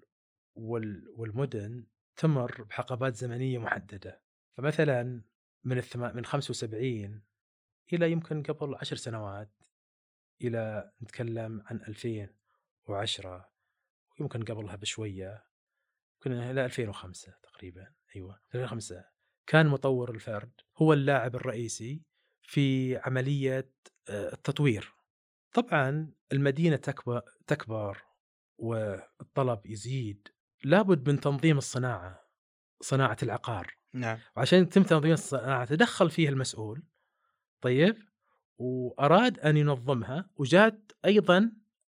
والمدن تمر بحقبات زمنية محددة. فمثلا من 75 إلى يمكن قبل 10 سنوات، إلى نتكلم عن 2010، ويمكن قبلها بشوية، يمكن إلى 2005 تقريبا. أيوة 2005 كان مطور الفرد هو اللاعب الرئيسي في عملية التطوير. طبعا المدينة تكبر والطلب يزيد، لابد من تنظيم صناعة العقار. نعم. وعشان يتم تنظيم الصناعة تدخل فيها المسؤول. طيب وأراد أن ينظمها، وجات أيضا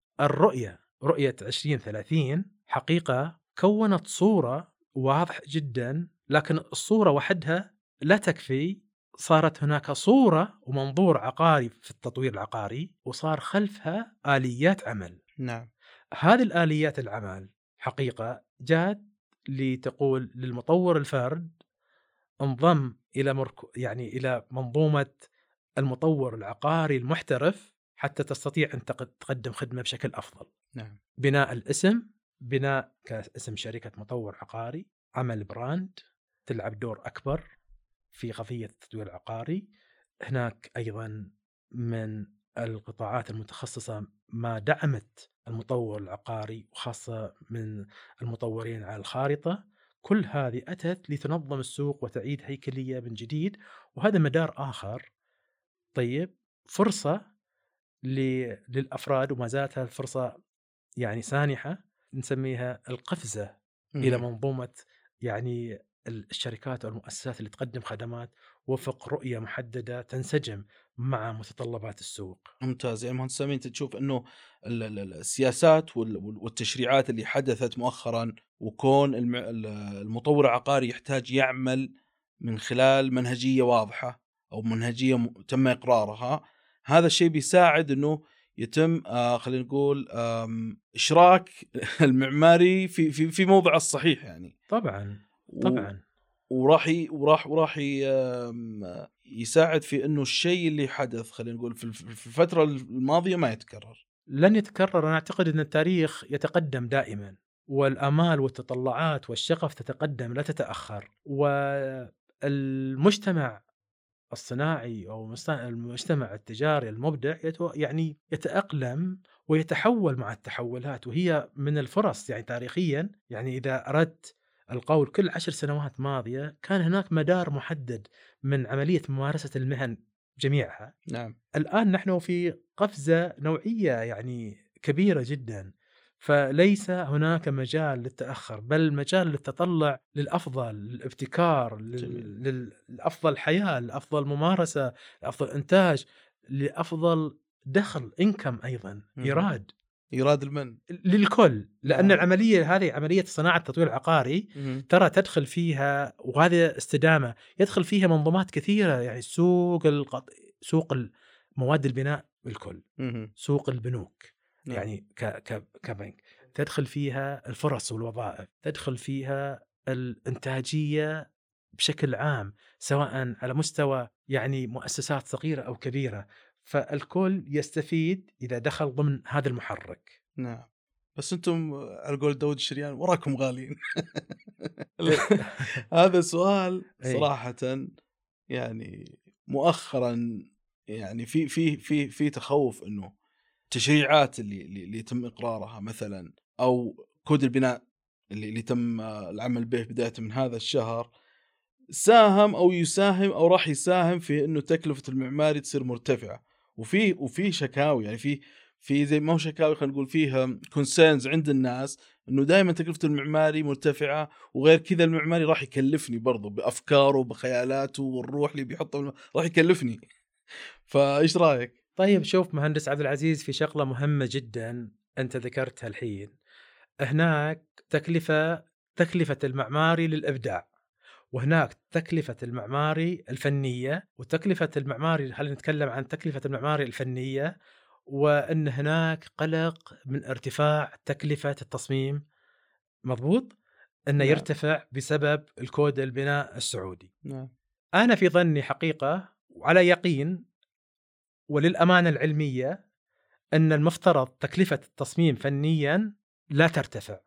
رؤية 2030 حقيقة كونت صورة واضح جدا، لكن الصورة وحدها لا تكفي. صارت هناك صورة ومنظور عقاري في التطوير العقاري، وصار خلفها آليات عمل. نعم. هذه الآليات العمل حقيقة جات لتقول للمطور الفرد انضم إلى إلى منظومة المطور العقاري المحترف حتى تستطيع أن تقدم خدمة بشكل أفضل. نعم. بناء الاسم، بناء كاسم شركة مطور عقاري، عمل براند، تلعب دور أكبر في قضية التطوير العقاري. هناك أيضا من القطاعات المتخصصة ما دعمت المطور العقاري، وخاصة من المطورين على الخارطة. كل هذه أتت لتنظم السوق وتعيد هيكلية من جديد، وهذا مدار آخر. طيب فرصة للأفراد، وما زالت الفرصة يعني سانحة، نسميها القفزة إلى منظومة يعني الشركات والمؤسسات اللي تقدم خدمات وفق رؤية محددة تنسجم مع متطلبات السوق. ممتاز. يعني مهندس سامي، أنت تشوف أنه السياسات والتشريعات اللي حدثت مؤخرا، وكون المطور العقاري يحتاج يعمل من خلال منهجية واضحة أو منهجية تم إقرارها، هذا الشيء بيساعد أنه يتم خلينا نقول إشراك المعماري في موضع الصحيح يعني. طبعا وراح يساعد في انه الشيء اللي حدث خلينا نقول في الفترة الماضية ما يتكرر. لن يتكرر. انا اعتقد ان التاريخ يتقدم دائما، والامال والتطلعات والشغف تتقدم لا تتاخر، والمجتمع الصناعي او المجتمع التجاري المبدع يعني يتاقلم ويتحول مع التحولات، وهي من الفرص يعني تاريخيا. يعني اذا اردت القول كل 10 سنوات ماضية كان هناك مدار محدد من عملية ممارسة المهن جميعها. نعم. الآن نحن في قفزة نوعية يعني كبيرة جدا، فليس هناك مجال للتأخر، بل مجال للتطلع للأفضل، للابتكار، للأفضل حياة، لأفضل ممارسة، لأفضل إنتاج، لأفضل دخل، إنكم أيضا، إيراد المن للكل. لأن العملية هذه عملية صناعة التطوير العقاري ترى تدخل فيها، وهذه استدامة يدخل فيها منظومات كثيرة، يعني سوق مواد البناء بالكل، سوق البنوك يعني كبنك، تدخل فيها الفرص والوظائف، تدخل فيها الإنتاجية بشكل عام، سواء على مستوى يعني مؤسسات صغيرة أو كبيرة، فالكل يستفيد إذا دخل ضمن هذا المحرك. نعم. بس أنتم على قول داود الشريان وراكم غالين. هذا سؤال صراحة يعني مؤخرا يعني في تخوف انه تشريعات اللي يتم اقرارها مثلا، او كود البناء اللي تم العمل به بداية من هذا الشهر ساهم او يساهم او راح يساهم في انه تكلفة المعماري تصير مرتفعة، وفي شكاوي، يعني في زي ما هو شكاوي خلينا نقول فيها كونسيرنز عند الناس انه دائما تكلفة المعماري مرتفعة، وغير كذا المعماري راح يكلفني برضو بافكاره وبخيالاته والروح اللي بيحطه راح يكلفني. فايش رايك؟ طيب شوف مهندس عبد العزيز، في شغلة مهمة جدا انت ذكرتها الحين. هناك تكلفة المعماري للإبداع، وهناك تكلفة المعماري الفنية، وتكلفة المعماري، هل نتكلم عن تكلفة المعماري الفنية، وأن هناك قلق من ارتفاع تكلفة التصميم، مضبوط؟ أنه يرتفع بسبب الكود البناء السعودي. أنا في ظني حقيقة وعلى يقين وللأمانة العلمية أن المفترض تكلفة التصميم فنيا لا ترتفع.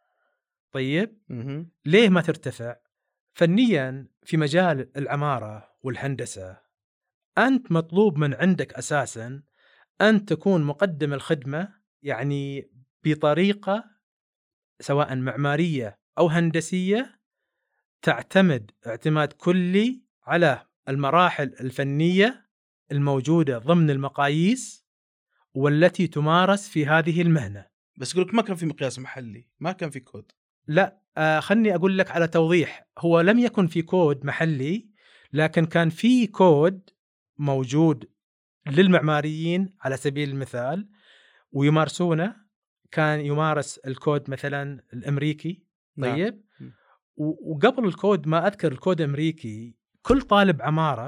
طيب ليه ما ترتفع؟ فنيا في مجال العمارة والهندسة أنت مطلوب من عندك أساسا أن تكون مقدم الخدمة يعني بطريقة سواء معمارية أو هندسية تعتمد اعتماد كلي على المراحل الفنية الموجودة ضمن المقاييس والتي تمارس في هذه المهنة. بس يقولك ما كان في مقياس محلي، ما كان في كود. لا خلني أقول لك على توضيح. هو لم يكن في كود محلي، لكن كان في كود موجود للمعماريين على سبيل المثال ويمارسونه. كان يمارس الكود مثلا الأمريكي. طيب وقبل الكود ما أذكر الكود الأمريكي، كل طالب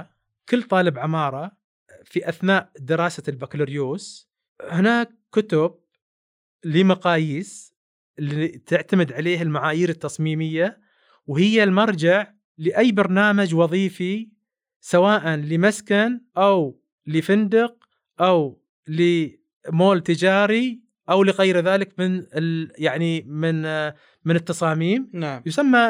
عمارة في أثناء دراسة البكالوريوس هناك كتب لمقاييس اللي تعتمد عليه المعايير التصميمية، وهي المرجع لأي برنامج وظيفي سواء لمسكن أو لفندق أو لمول تجاري أو لغير ذلك من يعني من التصاميم. نعم. يسمى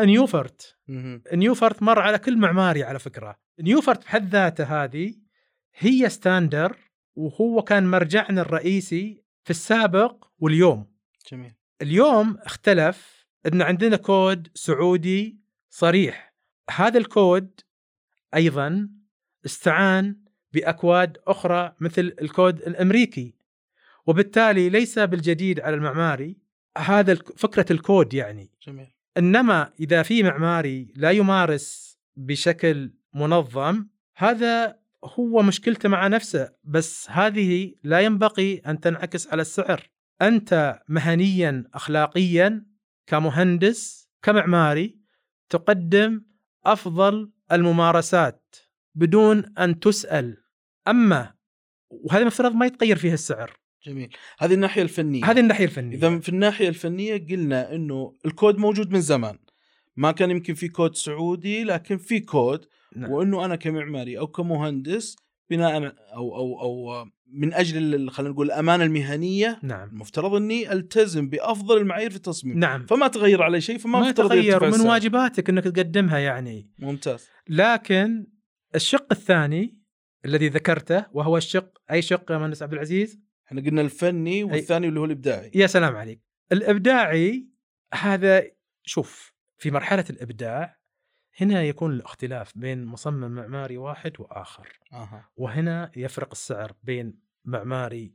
نيوفرت مر على كل معماري على فكرة. نيوفرت بحد ذاته هذه هي ستاندر، وهو كان مرجعنا الرئيسي في السابق واليوم. جميل. اليوم اختلف، ان عندنا كود سعودي صريح. هذا الكود ايضا استعان بأكواد أخرى مثل الكود الأمريكي، وبالتالي ليس بالجديد على المعماري هذا فكرة الكود يعني. جميل. إنما إذا في معماري لا يمارس بشكل منظم، هذا هو مشكلته مع نفسه، بس هذه لا ينبغي أن تنعكس على السعر. أنت مهنيا أخلاقيا كمهندس كمعماري تقدم أفضل الممارسات بدون أن تسأل. أما وهذا مفترض ما يتغير فيها السعر. جميل. هذه الناحية الفنية. هذه الناحية الفنية. إذا في الناحية الفنية قلنا إنه الكود موجود من زمان، ما كان يمكن في كود سعودي لكن في كود. نعم. وإنه أنا كمعماري أو كمهندس بناء أو من أجل خلينا نقول الأمانة المهنية، نعم. المفترض إني ألتزم بأفضل المعايير في التصميم. نعم. فما تغير على شيء، فما ما تغير من واجباتك إنك تقدمها يعني. ممتاز. لكن الشق الثاني الذي ذكرته وهو أي شق يا مهندس عبد العزيز؟ احنا قلنا الفني والثاني اللي هو الإبداعي. يا سلام عليك. الإبداعي هذا، شوف، في مرحلة الإبداع هنا يكون الاختلاف بين مصمم معماري واحد وآخر. وهنا يفرق السعر بين معماري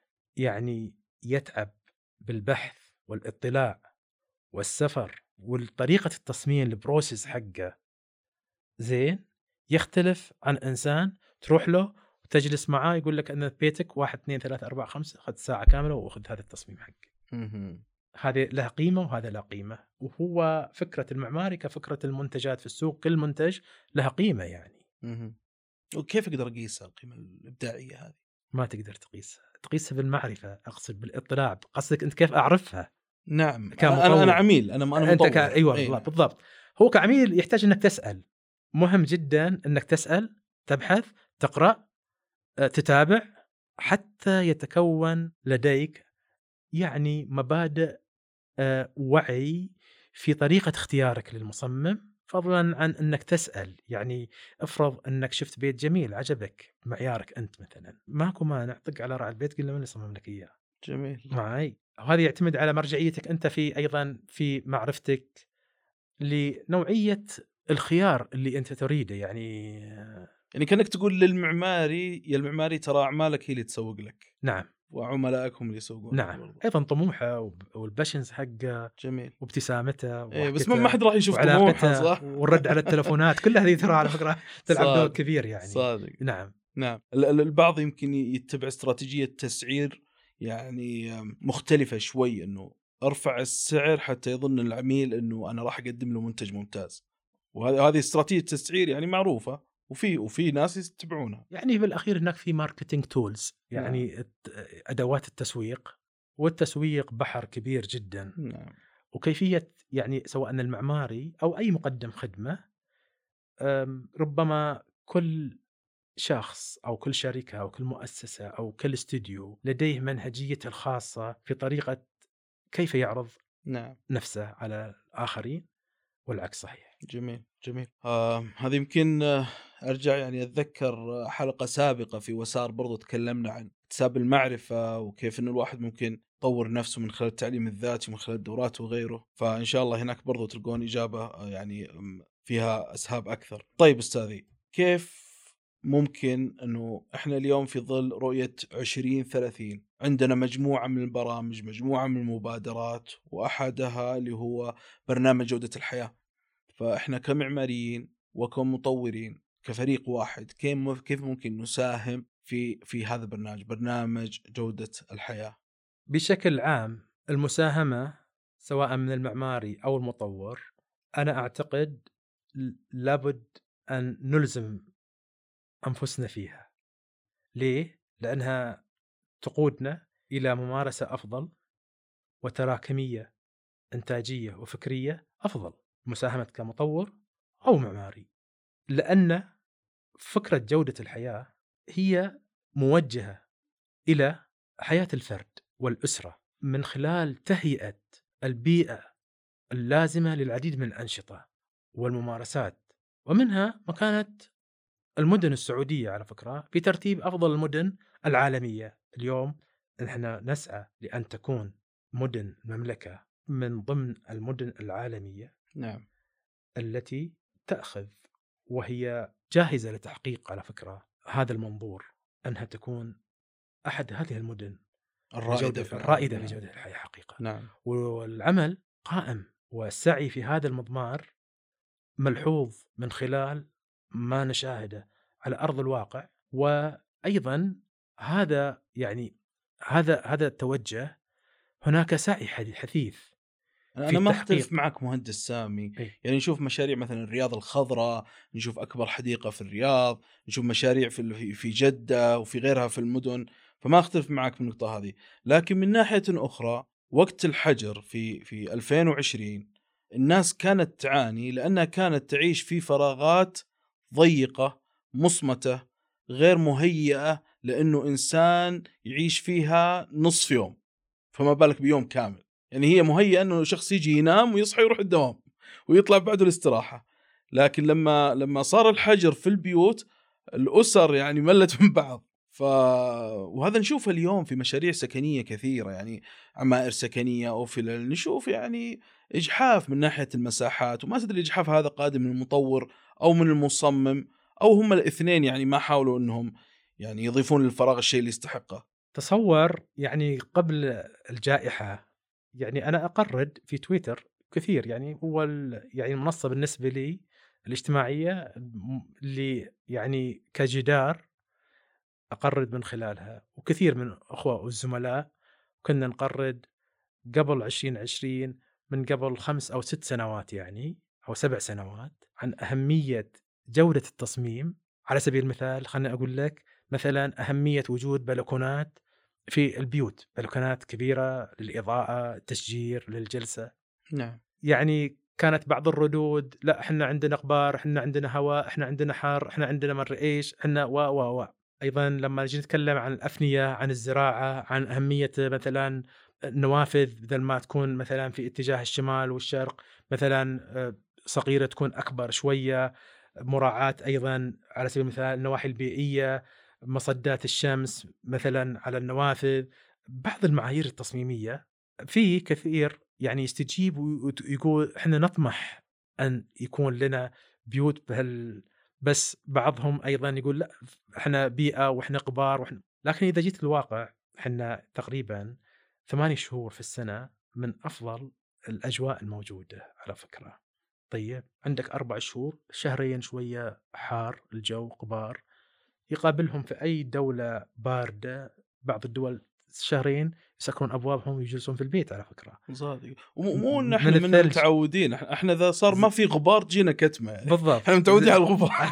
يعني يتعب بالبحث والاطلاع والسفر والطريقة التصميم البروسيس حقه زين، يختلف عن إنسان تروح له وتجلس معاه يقول لك أن بيتك 1 2 3 4 5 أخذ ساعة كاملة وأخذ هذا التصميم حقك. هذه له قيمة وهذا له قيمة. وهو فكرة المعماري كفكرة المنتجات في السوق، كل منتج له قيمة يعني. وكيف أقدر أقيسها القيمة الإبداعية هذه؟ ما تقدر تقيسها بالمعرفة. أقصد بالاطلاع. قصدك أنت كيف أعرفها؟ نعم. أنا عميل، أنا مطور. أيوة بالضبط. هو كعميل يحتاج أنك تسأل. مهم جدا أنك تسأل، تبحث، تقرأ، تتابع، حتى يتكون لديك يعني مبادئ وعي في طريقة اختيارك للمصمم، فضلا عن أنك تسأل. يعني افرض أنك شفت بيت جميل عجبك معيارك أنت مثلا، ماكو مانع طق على راعي البيت قل له من يصمم لك إياه. جميل معي. وهذا يعتمد على مرجعيتك أنت في أيضا في معرفتك لنوعية الخيار اللي أنت تريده. يعني كأنك تقول للمعماري يا المعماري ترى أعمالك هي اللي تسوق لك. نعم. وعملائكم اللي يسوقون. نعم. أيضا طموحه والباشنز حقه. جميل. وابتسامته بس ما حد راح يشوف طموحه، صح؟ والرد على التلفونات كل هذه ترى على فكرة تلعب دور كبير يعني. صادق. نعم. البعض يمكن يتبع استراتيجية تسعير يعني مختلفة شوي، إنه أرفع السعر حتى يظن العميل إنه أنا راح أقدم له منتج ممتاز. وهذه استراتيجية تسعير يعني معروفة، وفي ناس يتبعونها. يعني بالأخير هناك في ماركتينج تولز، يعني أدوات التسويق، والتسويق بحر كبير جدا. نعم. وكيفية يعني سواء المعماري أو أي مقدم خدمة، ربما كل شخص أو كل شركة أو كل مؤسسة أو كل استوديو لديه منهجيته الخاصة في طريقة كيف يعرض نفسه على الآخرين، والعكس صحيح. جميل. هذا يمكن أرجع يعني أتذكر حلقة سابقة في وسار برضو تكلمنا عن اكتساب المعرفة، وكيف أن الواحد ممكن يطور نفسه من خلال التعليم الذاتي، من خلال الدورات وغيره. فإن شاء الله هناك برضو تلقون إجابة يعني فيها أسهاب أكثر. طيب أستاذي، كيف ممكن أنه إحنا اليوم في ظل رؤية 2030 عندنا مجموعة من البرامج، مجموعة من المبادرات، وأحدها اللي هو برنامج جودة الحياة. فإحنا كمعماريين وكمطورين كفريق واحد كيف ممكن نساهم في هذا برنامج جودة الحياة؟ بشكل عام المساهمة سواء من المعماري أو المطور، أنا أعتقد لابد أن نلزم أنفسنا فيها. ليه؟ لأنها تقودنا إلى ممارسة أفضل وتراكمية إنتاجية وفكرية أفضل، مساهمة كمطور أو معماري. لأن فكرة جودة الحياة هي موجهة إلى حياة الفرد والأسرة من خلال تهيئة البيئة اللازمة للعديد من الأنشطة والممارسات، ومنها مكانة المدن السعودية على فكرة في ترتيب أفضل المدن العالمية. اليوم نحن نسعى لأن تكون مدن المملكة من ضمن المدن العالمية. التي تأخذ وهي جاهزة لتحقيق على فكرة هذا المنظور أنها تكون أحد هذه المدن الرائدة في العالم. الرائدة في نعم. جودة الحياة حقيقة. نعم. والعمل قائم، والسعي في هذا المضمار ملحوظ من خلال ما نشاهده على أرض الواقع. وأيضا هذا يعني هذا التوجه، هناك سعي حثيث في أنا ما أختلف التحقيق. معك مهندس سامي. أي. يعني نشوف مشاريع مثلا الرياض الخضراء، نشوف أكبر حديقة في الرياض، نشوف مشاريع في جدة وفي غيرها في المدن، فما أختلف معك في النقطة هذه. لكن من ناحية أخرى، وقت الحجر في 2020 الناس كانت تعاني لأنها كانت تعيش في فراغات ضيقة مصمتة غير مهيئة لأنه إنسان يعيش فيها نصف يوم، فما بالك بيوم كامل. يعني هي مهيئة أنه شخص يجي ينام ويصحى يروح الدوام ويطلع بعده الاستراحة. لكن لما صار الحجر في البيوت، الأسر يعني ملت من بعض. وهذا نشوفه اليوم في مشاريع سكنية كثيرة، يعني عمائر سكنية أو في نشوف يعني إجحاف من ناحية المساحات، وما تدري الإجحاف هذا قادم من المطور أو من المصمم، أو هم الاثنين يعني ما حاولوا أنهم يعني يضيفون للفراغ الشيء اللي يستحقه. تصور يعني قبل الجائحة، يعني أنا أقرد في تويتر كثير، يعني هو يعني المنصة بالنسبة لي الاجتماعية اللي يعني كجدار أقرد من خلالها، وكثير من أخوة والزملاء كنا نقرد قبل 2020، من قبل 5 أو 6 سنوات يعني، أو 7 سنوات، عن أهمية جودة التصميم. على سبيل المثال خلنا أقول لك مثلا أهمية وجود بلكونات في البيوت، بلكونات كبيرة للإضاءة، تشجير للجلسة. نعم. يعني كانت بعض الردود: لا احنا عندنا غبار، احنا عندنا هواء، احنا عندنا حر، احنا عندنا ما ادري ايش، احنا و ايضا لما نجي نتكلم عن الافنيه، عن الزراعه، عن اهميه مثلا النوافذ، بدل ما تكون مثلا في اتجاه الشمال والشرق، مثلا صغيره تكون اكبر شويه. مراعاه ايضا على سبيل المثال النواحي البيئيه، مصدات الشمس مثلا على النوافذ. بعض المعايير التصميميه في كثير يعني يستجيب ويقول احنا نطمح ان يكون لنا بيوت بس بعضهم ايضا يقول لا احنا بيئه واحنا كبار واحنا. لكن اذا جيت الواقع، احنا تقريبا 8 شهور في السنه من افضل الاجواء الموجوده على فكره. طيب عندك 4 شهور، شهرين شويه حار الجو قبار، يقابلهم في أي دولة باردة. بعض الدول شهرين يسكرون أبوابهم ويجلسون في البيت على فكرة. صادق. ومو ان من احنا من الثلج. المتعودين، احنا اذا صار ز ما في غبار تجينا كتمه، يعني بالضبط. احنا متعودين على الغبار.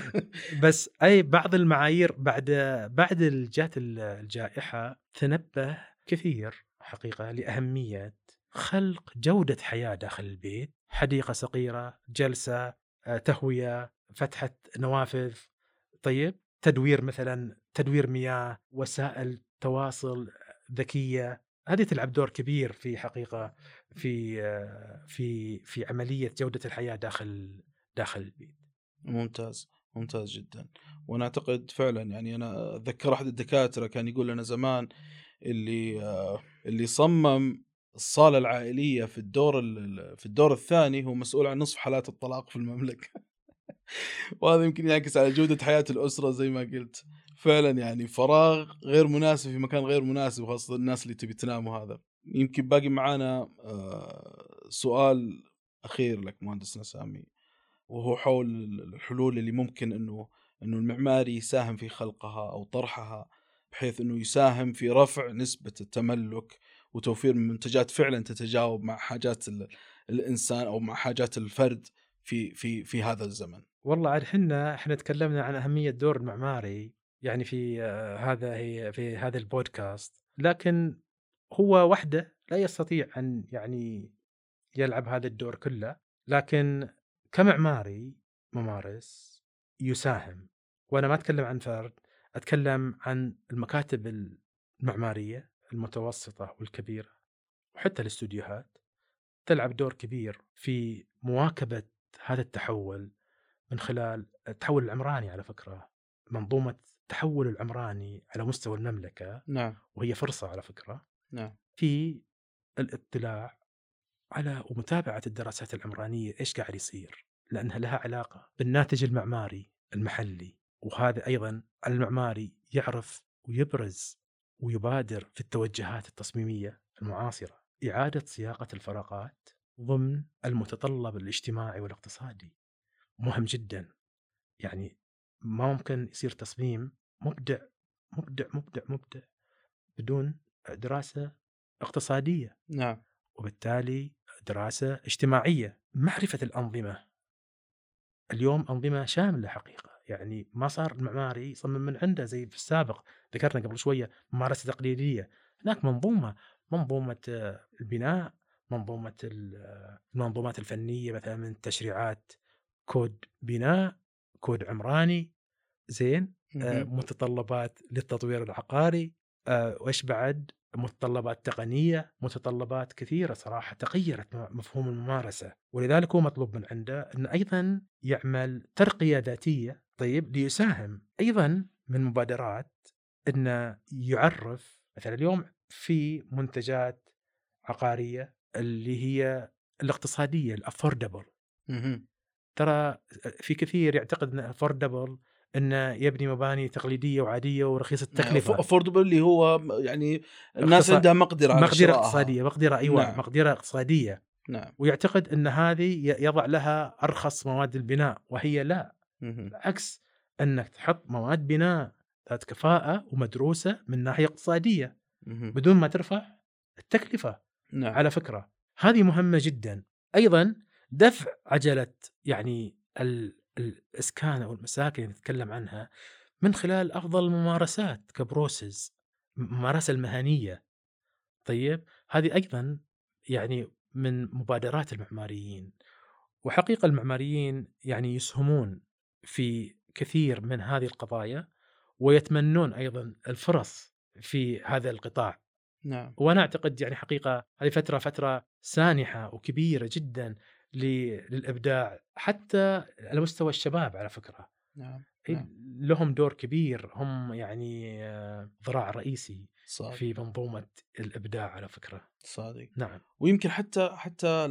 بس أي بعض المعايير بعد جات الجائحة تنبه كثير حقيقة لأهمية خلق جودة حياة داخل البيت، حديقة صغيرة، جلسة، تهوية، فتحة نوافذ. طيب تدوير مثلا، تدوير مياه، وسائل تواصل ذكية، هذه تلعب دور كبير في حقيقة في عملية جودة الحياة داخل البيت. ممتاز، ممتاز جدا. وانا اعتقد فعلا، يعني انا اتذكر احد الدكاتره كان يقول لنا زمان اللي صمم الصاله العائليه في الدور الثاني هو مسؤول عن نصف حالات الطلاق في المملكه. وهذا يمكن يعكس على جوده حياه الاسره زي ما قلت. فعلا يعني فراغ غير مناسب في مكان غير مناسب، خاصه الناس اللي تبي تنام. وهذا يمكن باقي معانا سؤال اخير لك مهندسنا سامي، وهو حول الحلول اللي ممكن انه المعماري يساهم في خلقها او طرحها، بحيث انه يساهم في رفع نسبة التملك وتوفير منتجات فعلا تتجاوب مع حاجات الانسان او مع حاجات الفرد في هذا الزمن. والله عاد احنا تكلمنا عن أهمية دور المعماري يعني في في هذا البودكاست، لكن هو وحده لا يستطيع أن يعني يلعب هذا الدور كله. لكن كمعماري ممارس يساهم، وأنا ما أتكلم عن فرد، أتكلم عن المكاتب المعمارية المتوسطة والكبيرة، وحتى الاستوديوهات، تلعب دور كبير في مواكبة هذا التحول من خلال التحول العمراني. على فكرة منظومة التحول العمراني على مستوى المملكة، نعم. وهي فرصة على فكرة نعم. في الاطلاع على ومتابعة الدراسات العمرانية إيش قاعد يصير، لأنها لها علاقة بالناتج المعماري المحلي، وهذا أيضا المعماري يعرف ويبرز ويبادر في التوجهات التصميمية المعاصرة، إعادة صياغة الفراغات ضمن المتطلب الاجتماعي والاقتصادي مهم جدا. يعني ما ممكن يصير تصميم مبدع مبدع مبدع مبدع بدون دراسة اقتصادية، نعم. وبالتالي دراسة اجتماعية. معرفة الأنظمة اليوم أنظمة شاملة حقيقة، يعني ما صار المعماري يصمم من عنده زي في السابق. ذكرنا قبل شوية ممارسة تقليدية، هناك منظومة البناء، المنظومات الفنية مثلا من تشريعات، كود بناء، كود عمراني، زين، متطلبات للتطوير العقاري، وإيش بعد، متطلبات تقنية، متطلبات كثيرة صراحة تغيرت مفهوم الممارسة. ولذلك هو مطلوب من عنده أن أيضا يعمل ترقية ذاتية، طيب، ليساهم أيضا من مبادرات أنه يعرف مثلا اليوم في منتجات عقارية اللي هي الاقتصادية، الأفوردبل. ترى في كثير يعتقد أن affordable أنه يبني مباني تقليدية وعادية ورخيصة التكلفة. affordable اللي هو يعني الناس عندها مقدرة على مقدرة اقتصادية، مقدرة، أيوة، نعم. مقدرة اقتصادية. نعم. ويعتقد أن هذه يضع لها أرخص مواد البناء، وهي لا، بالعكس، أنك تحط مواد بناء ذات كفاءة ومدروسة من ناحية اقتصادية بدون ما ترفع التكلفة. نعم. على فكرة هذه مهمة جدا. أيضا دفع عجلة يعني الإسكان أو المساكن اللي نتكلم عنها من خلال أفضل الممارسات كبروسز، الممارسة المهنية. طيب، هذه أيضا يعني من مبادرات المعماريين. وحقيقة المعماريين يعني يسهمون في كثير من هذه القضايا ويتمنون أيضا الفرص في هذا القطاع. نعم. وأنا أعتقد يعني حقيقة هذه فترة سانحة وكبيرة جدا للإبداع حتى على مستوى الشباب. على فكرة نعم. لهم دور كبير، هم يعني ذراع رئيسي صادق. في منظومة الإبداع على فكرة. صادق. نعم. ويمكن حتى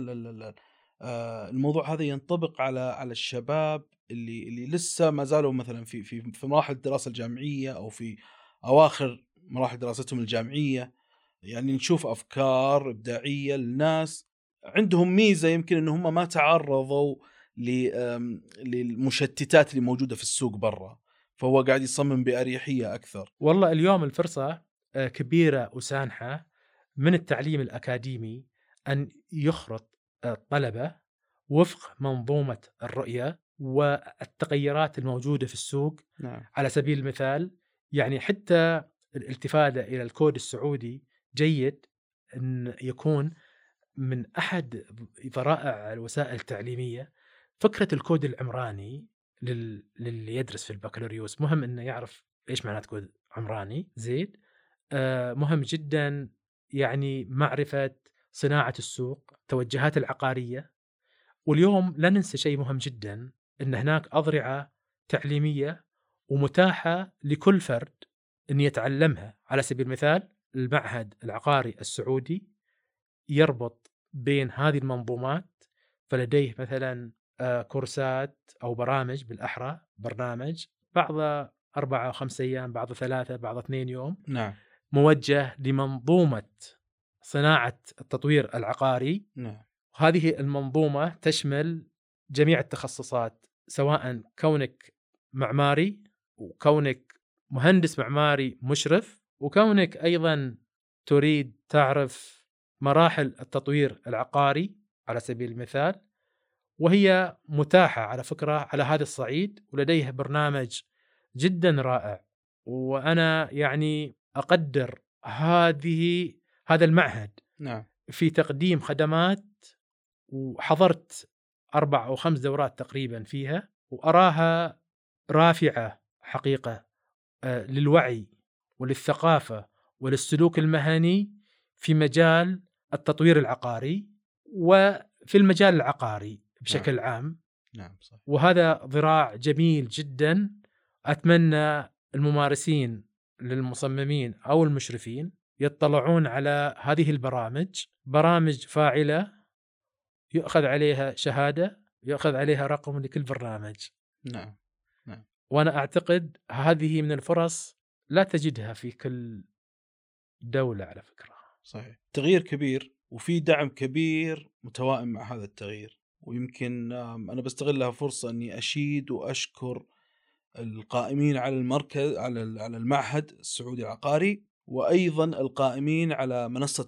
الموضوع هذا ينطبق على الشباب اللي لسه ما زالوا مثلا في مراحل الدراسة الجامعية أو في أواخر مراحل دراستهم الجامعية. يعني نشوف أفكار إبداعية للناس عندهم ميزة، يمكن إن هم ما تعرضوا للمشتتات اللي موجودة في السوق برا، فهو قاعد يصمم بأريحية أكثر. والله اليوم الفرصة كبيرة وسانحة من التعليم الأكاديمي أن يخرط الطلبة وفق منظومة الرؤية والتغيرات الموجودة في السوق. نعم. على سبيل المثال يعني حتى الالتفادة إلى الكود السعودي جيد أن يكون من أحد ذرائع الوسائل التعليمية. فكرة الكود العمراني للي يدرس في البكالوريوس مهم أنه يعرف إيش معنى كود عمراني، زين، مهم جدا يعني معرفة صناعة السوق، توجهات العقارية. واليوم لا ننسى شيء مهم جدا، أن هناك أضرعة تعليمية ومتاحة لكل فرد أن يتعلمها. على سبيل المثال المعهد العقاري السعودي يربط بين هذه المنظومات، فلديه مثلا كورسات أو برامج، بالأحرى برنامج بعض 4 أو 5 أيام، بعض 3، بعض 2 يوم. نعم. موجه لمنظومة صناعة التطوير العقاري. نعم. هذه المنظومة تشمل جميع التخصصات، سواء كونك معماري وكونك مهندس معماري مشرف وكونك أيضا تريد تعرف مراحل التطوير العقاري على سبيل المثال. وهي متاحة على فكرة على هذا الصعيد، ولديه برنامج جدا رائع. وأنا يعني أقدر هذا المعهد نعم. في تقديم خدمات، وحضرت 4 أو 5 دورات تقريبا فيها، وأراها رافعة حقيقة للوعي وللثقافة وللسلوك المهني في مجال التطوير العقاري وفي المجال العقاري بشكل عام. نعم صح. وهذا ذراع جميل جدا. أتمنى الممارسين للمصممين أو المشرفين يطلعون على هذه البرامج، برامج فاعلة يؤخذ عليها شهادة، يؤخذ عليها رقم لكل برنامج. نعم. نعم. وأنا أعتقد هذه من الفرص لا تجدها في كل دولة على فكرة. صحيح، تغيير كبير وفي دعم كبير متوائم مع هذا التغيير. ويمكن أنا بستغلها فرصة أني أشيد وأشكر القائمين على المركز، على المعهد السعودي العقاري، وأيضا القائمين على منصة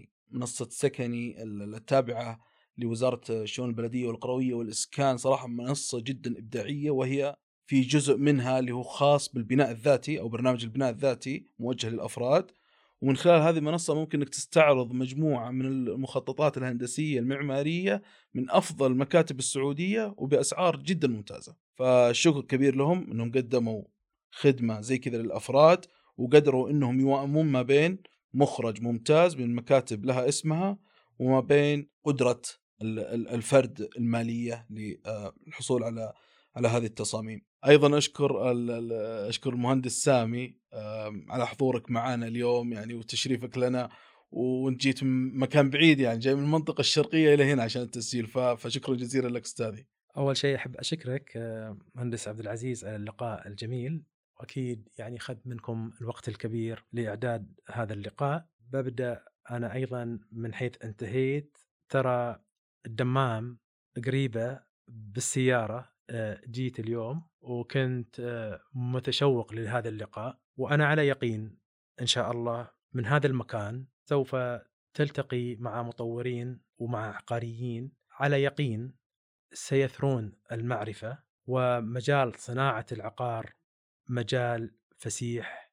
سكني التابعة لوزارة الشؤون البلدية والقروية والإسكان. صراحة منصة جدا إبداعية، وهي في جزء منها اللي هو خاص بالبناء الذاتي أو برنامج البناء الذاتي موجه للأفراد. ومن خلال هذه المنصة ممكن أنك تستعرض مجموعة من المخططات الهندسية المعمارية من أفضل المكاتب السعودية وبأسعار جدا ممتازة. فالشكر كبير لهم أنهم قدموا خدمة زي كذا للأفراد، وقدروا أنهم يوائمون ما بين مخرج ممتاز من المكاتب لها اسمها وما بين قدرة الفرد المالية للحصول على هذه التصاميم. أيضا أشكر المهندس سامي على حضورك معنا اليوم يعني وتشريفك لنا، وانت جيت من مكان بعيد يعني جاي من المنطقة الشرقية إلى هنا عشان التسجيل، فشكرا جزيلا لك أستاذي. أول شيء أحب أشكرك مهندس عبد العزيز على اللقاء الجميل، وأكيد يعني خذ منكم الوقت الكبير لإعداد هذا اللقاء. ببدأ أنا أيضا من حيث انتهيت. ترى الدمام قريبة بالسيارة، جيت اليوم وكنت متشوق لهذا اللقاء، وأنا على يقين إن شاء الله من هذا المكان سوف تلتقي مع مطورين ومع عقاريين على يقين سيثرون المعرفة. ومجال صناعة العقار مجال فسيح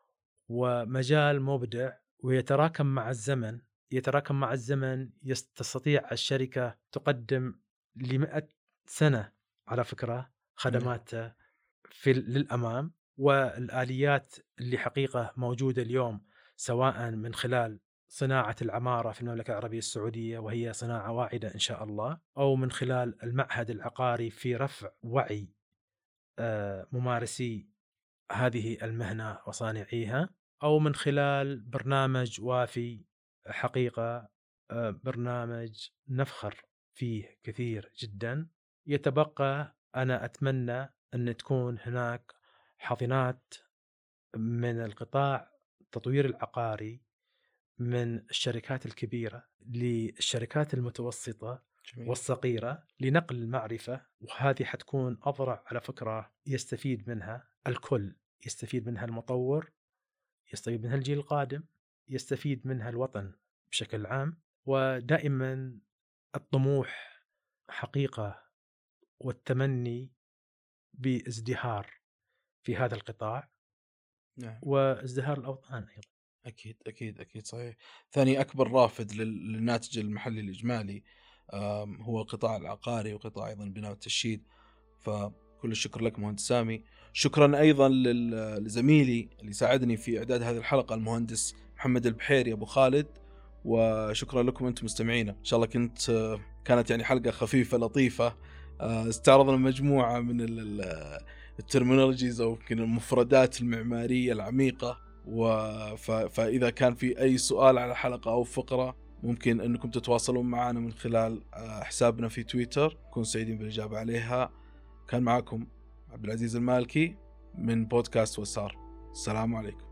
ومجال مبدع، ويتراكم مع الزمن. تستطيع الشركة تقدم ل100 سنة على فكرة خدمات للأمام. والآليات اللي حقيقة موجودة اليوم سواء من خلال صناعة العمارة في المملكة العربية السعودية، وهي صناعة واعدة إن شاء الله، أو من خلال المعهد العقاري في رفع وعي ممارسي هذه المهنة وصانعيها، أو من خلال برنامج وافي حقيقة برنامج نفخر فيه كثير جدا. يتبقى أنا أتمنى أن تكون هناك حاضنات من القطاع التطوير العقاري من الشركات الكبيرة للشركات المتوسطة والصغيرة لنقل المعرفة، وهذه حتكون أضرع على فكرة يستفيد منها الكل. يستفيد منها المطور، يستفيد منها الجيل القادم، يستفيد منها الوطن بشكل عام. ودائما الطموح حقيقة والتمني بازدهار في هذا القطاع. نعم. وازدهار الأوطان أيضا. أكيد صحيح. ثاني أكبر رافد للناتج المحلي الإجمالي هو القطاع العقاري وقطاع أيضا البناء والتشييد. فكل الشكر لك مهندس سامي. شكرا أيضا لزميلي اللي ساعدني في إعداد هذه الحلقة المهندس محمد البحيري أبو خالد. وشكرا لكم أنتم مستمعين. إن شاء الله كانت يعني حلقة خفيفة لطيفة. استعرضنا مجموعة من الترمينولوجيز أو يمكن المفردات المعمارية العميقة. فإذا كان في أي سؤال على حلقة أو فقرة ممكن أنكم تتواصلون معنا من خلال حسابنا في تويتر، نكون سعيدين بالإجابة عليها. كان معكم عبد العزيز المالكي من بودكاست وسار. السلام عليكم.